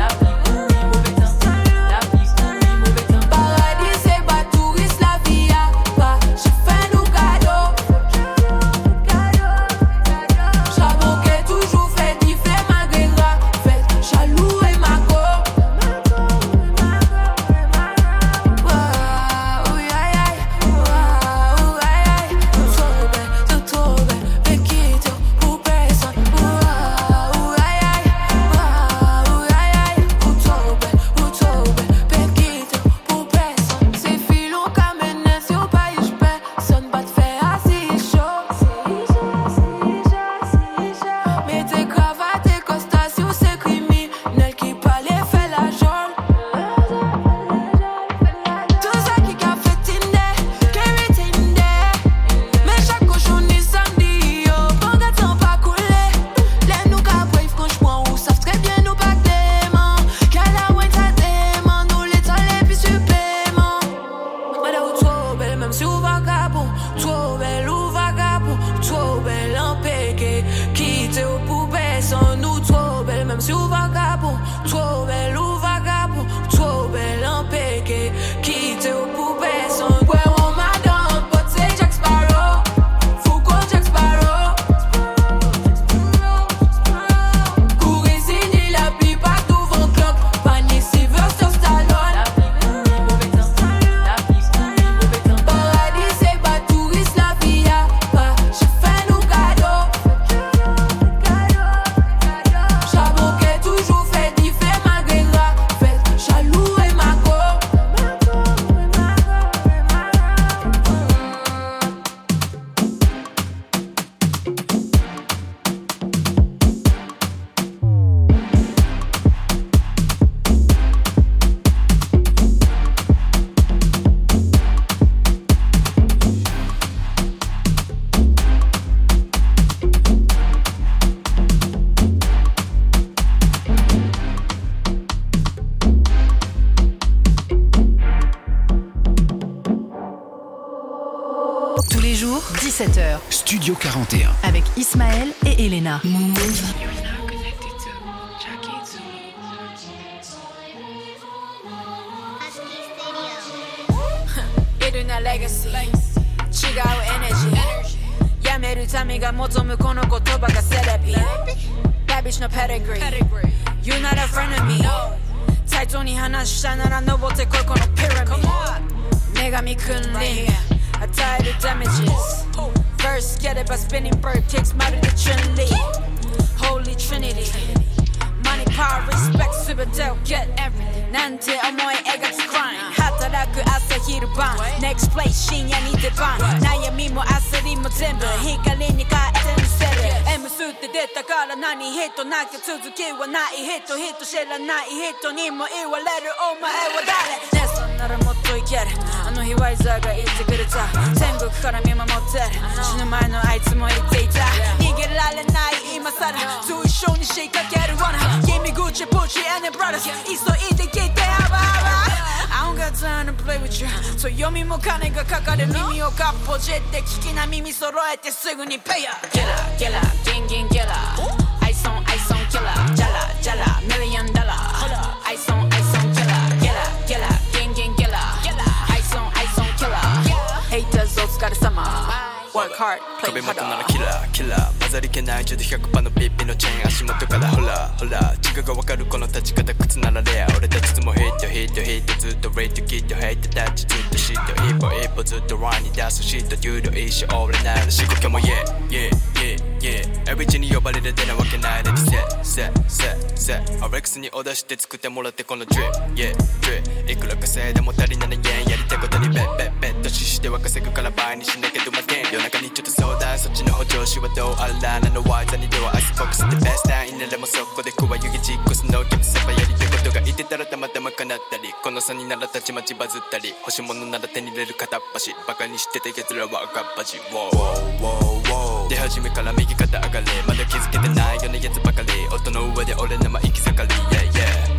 G: Tous les jours, 17h.
D: Studio 41.
G: Avec Ismaël et Elena. Move.
L: Building a legacy. Chica with energy.
U: める民が求むこの言葉がセラピー Bad bitch no pedigree You're not a friend of me 対等に話したなら登ってこいこのピラミッド女神君臨与える damages First get it by spinning bird kicks まるで Trinity Holy Trinity Money, power, respect 全てを get everything なんて思い描く crime 働く朝昼晩 Next place 深夜に出番悩みも焦りも全部光に変えてみせる M スって出たから何人なきゃ続きはない人知らない人にも言われるお前は誰ねそんならもっといけるあの日ワイザーが言ってくれた天国から見守ってる死ぬ前のあいつも言っていた逃げられない今さらと一緒に仕掛ける罠Give me Gucci, Pucci and the brothers 急いで聞いてアバアバI don't got time to play with you そう読みも金がかかる耳をかっぽじって聞きな耳揃えてすぐにペイヤー Get up, gang gang get up Ice on killer Jala, jala, $1 million Ice on killer Get up, gang gang get up Ice on killer Haters お疲れ様Work hard, play harder
V: 壁元ならキラーキラー混ざりけない10で 100% のピッピのチェーン足元からホラホラ違うが分かるこの立ち方靴ならレア俺たちつもヒットヒットヒットずっとレイトキットヘイトタッチずっとシット一歩一歩ずっとラインに出すシットデュード一生俺なら仕事も Yeah yeah yeah yeah エビチに呼ばれる出なわけないでセアレックスにオーダーして作ってもらってこのドリップ Yeah drip いくら稼いでも足りない円やりたいことにベッドシしては稼ぐから倍にしなきゃどまけん夜中にちょっと相談そっちの補助手はどうあらなのワイザにではアイスボックスでベストタインならもそこで食わ湯気実行すのギプセパやりたいことがいてたらたまたま叶ったりこの差にならたちまちバズったり欲しいものなら手に入れる片っ端バカにしてた奴らは赤っ端出始めから右肩上がりまだ気づけてないようなやつばかり音の上で俺の行き盛り Yeah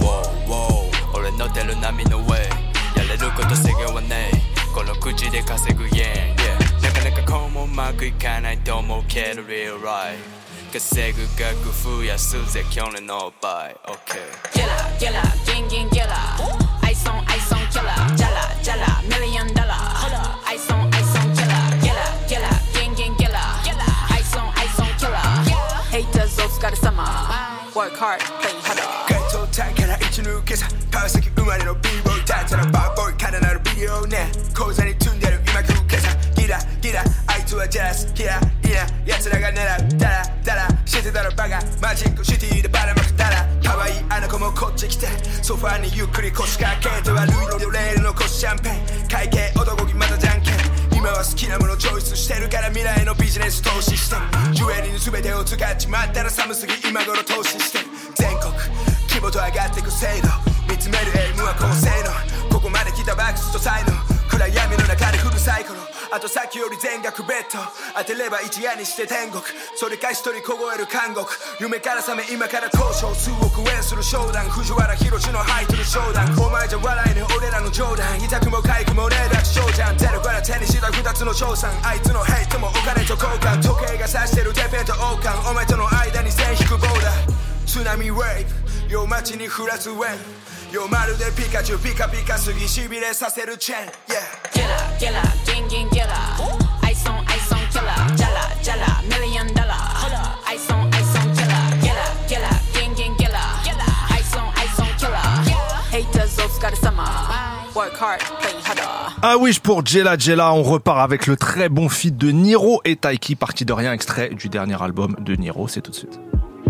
V: yeah 俺の出る波の上やれること制限はねえこの口で稼ぐ Yeah yeah なかなかこうもうまくいかないと思うけど Real right 稼ぐ額増やすぜ去年の倍 OK
U: Get up, gang gang get up Ice on killer Jala, jala, $1 million Ice on killer Get up, gang gang get up Ice on killer Haters お疲れ様 Work hard, play harder
W: 街頭体から一抜けさ川崎生まれの B-boy たちのバーボーイからなるビデオね口座に積んでる今食うけさギラあいつはジャスキラいな奴らが狙うダラしてたらバカマジックシティでバラまくたら可愛いあの子もこっち来てソファーにゆっくり腰掛けてはルイロレールのコシャンペン会計男気またじゃんけん今は好きなものチョイスしてるから未来のビジネス投資してるジュエリーの全てを使っちまったら寒すぎ今頃投資してる全国規模と上がってく精度見つめるエイムは高性能ここまで来たバックスと才能暗闇の中でフルサイクルあとさっきより全額ベッド当てれば一夜にして天国それか一人凍える監獄夢から覚め今から交渉数億円する商談藤原宏のハイトル商談お前じゃ笑えぬ俺らの冗談痛くも痒くもねえだち翔ちゃん出るから手にした二つの賞賛あいつのヘイトもお金と交換時計が指してるテペンと王冠お前との間に線引くボーダー津波ウェイブ夜街に降らすウェイブよまるでピカチュウピカピカすぎしびれさせるチェーン Yeah
U: Get up, gang gang get up Ice on killer Jala, jala, $1 million Ice on killer Get up, gang gang get up Ice on killer Haters お疲れ様 Work hard, play harder
B: Ah oui, pour Jella, on repart avec le très bon feat de Niro et Taiki, parti de rien, extrait du dernier album de Niro, c'est tout de suite.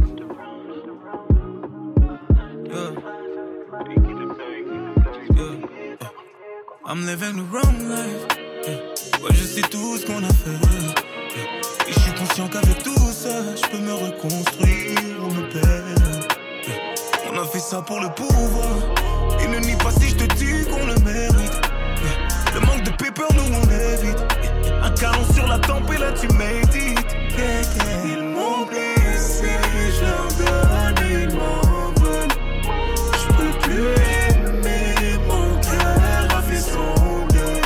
F: I'm living the wrong life. Ouais, je sais tout ce qu'on a fait. Et je suis conscient qu'avec tout ça, je peux me reconstruire ou me perdre. On a fait ça pour le pouvoir. Et ne nie pas si je te dis qu'on le mérite. Le manque de paper, nous on évite. Un canon sur la tempe et là tu médites. Ils m'ont blessé, je leur donne, ils m'en veulent. Je peux plus aimer, mon cœur a fait son deuil.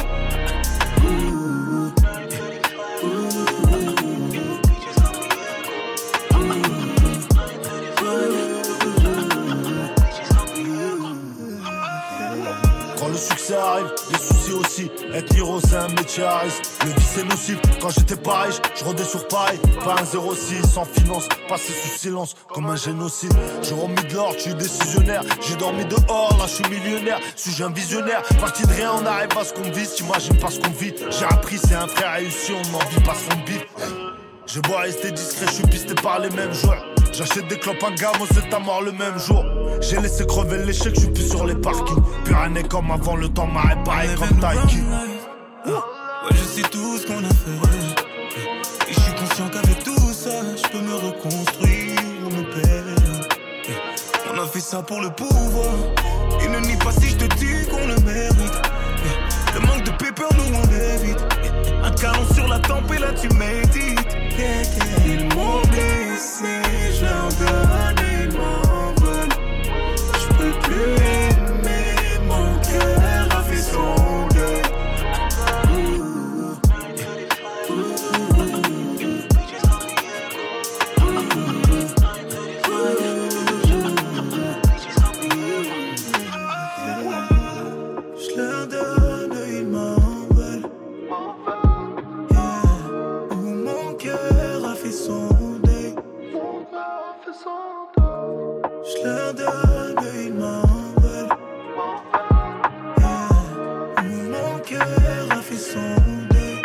A: Quand le succès arrive, les soucis aussi. Être Niro c'est un métier à risque. Le vice c'est nocif, quand j'étais pas riche, je rôdais sur Paris. Pas un 06, sans finance, passé sous silence, comme un génocide. J'ai remis de l'or, tu es décisionnaire. J'ai dormi dehors, là je suis millionnaire. Suis-je un visionnaire? Parti de rien, on arrive à ce qu'on vise. T'imagines pas ce qu'on vit. J'ai appris, c'est un frère réussi, on n'en vit pas son bif. Je dois rester discret, je suis pisté par les mêmes joueurs. J'achète des clopes à gamme, c'est à mort le même jour. J'ai laissé crever l'échec, je suis plus sur les parkings. Plus rien n'est comme avant, le temps m'a réparé comme Taiki.
F: Ouais, je sais tout ce qu'on a fait. Et je suis conscient qu'avec tout ça, je peux me reconstruire ou me perdre. On a fait ça pour le pouvoir. Et ne nie pas si je te dis qu'on le mérite. Le manque de paper, nous on l'évite. Un canon sur la tempe et là tu médites. Ils m'ont blessé, je leur donne, ils m'en veulent. Je peux plus aimer, mon cœur a fait son deuil. Je leur donne, ils m'en veulent. Mon cœur a fait son deuil. Je leur donne, ils m'en veulent. Mon cœur a fait son deuil.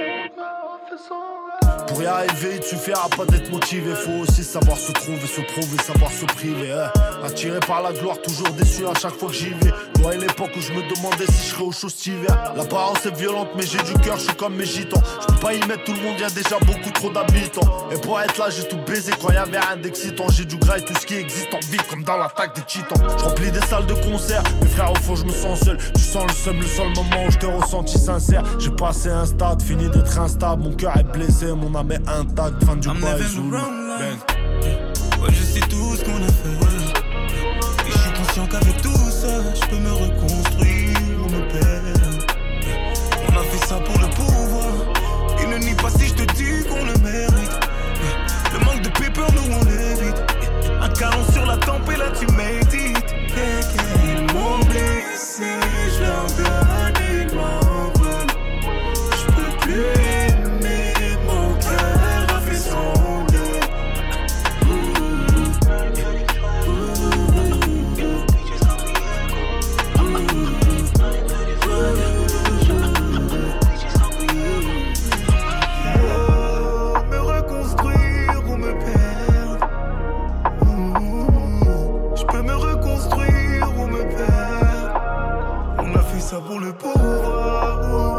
A: Pour y arriver, il suffira pas d'être motivé. Faut aussi savoir se trouver, se prouver, savoir se priver. Attiré par la gloire, toujours déçu à chaque fois que j'y vais. Moi, l'époque où je me demandais si je serais au chaud cet hiver. L'apparence est violente, mais j'ai du cœur, je suis comme mes gitans. Je peux pas y mettre tout le monde, y'a déjà beaucoup trop d'habitants. Et pour être là, j'ai tout baisé quand y'avait rien d'excitant. J'ai du gras et tout ce qui existe en vie, comme dans l'attaque des titans. Je remplis des salles de concert, mes frères au fond, je me sens seul. Tu sens le seum, le seul moment où je t'ai ressenti sincère. J'ai passé un stade, fini d'être instable. Mon cœur est blessé, mon âme est intacte. Fin du bail sous le
F: ouais, je sais tout ce qu'on a fait. Et je suis conscient qu'avec tout ça, je peux me reconstruire ou me perdre. On a fait ça pour le pouvoir. Et ne nie pas si je te dis qu'on le mérite. Le manque de paper, nous on l'évite. Un canon sur la tempe et là tu médites. Ils m'ont blessé, je leur donne, ils m'en veulent. Je peux plus aimer, mon cœur a fait son deuil. Me reconstruire ou me perdre. Je peux me reconstruire ou me perdre. On a fait ça pour le pouvoir.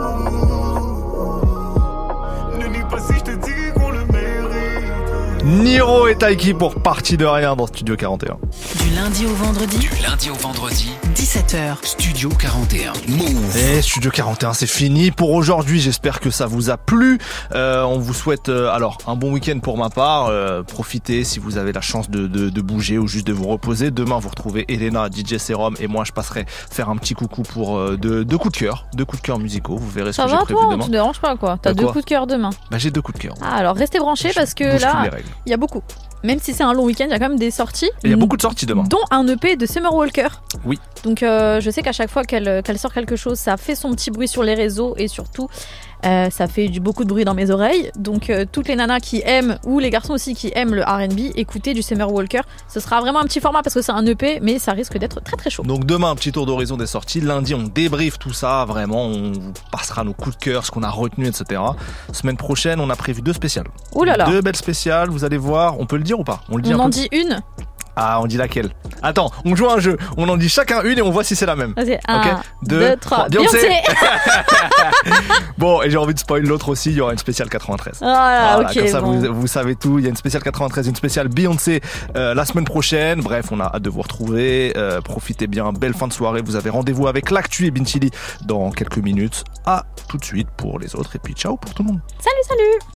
F: Ne nie pas si je te dis qu'on le mérite.
B: Niro et Taiki pour Partie de rien dans Studio 41.
G: Du lundi au vendredi. 17h.
D: Studio 41. Move.
B: Et Studio 41, c'est fini pour aujourd'hui. J'espère que ça vous a plu. On vous souhaite alors un bon week-end pour ma part. Profitez si vous avez la chance de bouger ou juste de vous reposer. Demain, vous retrouvez Elena, DJ Serum, et moi, je passerai faire un petit coucou pour deux coups de cœur musicaux. Vous verrez ce que j'ai prévu demain.
I: Ça va, toi, on te dérange pas quoi. T'as deux coups de cœur demain.
B: Bah, j'ai 2 coups de cœur.
I: Ah, alors restez branchés parce que là, il y a beaucoup. Même si c'est un long week-end, il y a quand même des sorties.
B: Il y a beaucoup de sorties demain.
I: Dont un EP de Summer Walker.
B: Oui.
I: Donc je sais qu'à chaque fois qu'elle sort quelque chose, ça fait son petit bruit sur les réseaux et surtout ça fait beaucoup de bruit dans mes oreilles. Donc toutes les nanas qui aiment, ou les garçons aussi qui aiment le R&B, écoutez du Summer Walker. Ce sera vraiment un petit format parce que c'est un EP, mais ça risque d'être très très chaud.
B: Donc demain, un petit tour d'horizon des sorties. Lundi, on débriefe tout ça. Vraiment, on vous passera nos coups de cœur, ce qu'on a retenu, etc. Semaine prochaine, on a prévu 2 spéciales.
I: Ouh là là.
B: 2 belles spéciales, vous allez voir. On peut le dire ou pas? On le dit.
I: On en dit une.
B: Ah, on dit laquelle? Attends, on joue à un jeu. On en dit chacun une et on voit si c'est la même.
I: Vas-y, 1, 2, 3.
B: Beyoncé. Bon, et j'ai envie de spoiler l'autre aussi. Il y aura une spéciale 93.
I: Voilà, ok.
B: Comme ça,
I: bon.
B: vous savez tout. Il y a une spéciale 93, une spéciale Beyoncé la semaine prochaine. Bref, on a hâte de vous retrouver. Profitez bien. Belle fin de soirée. Vous avez rendez-vous avec l'actu et Bintili dans quelques minutes. À tout de suite pour les autres. Et puis ciao pour tout le monde.
I: Salut.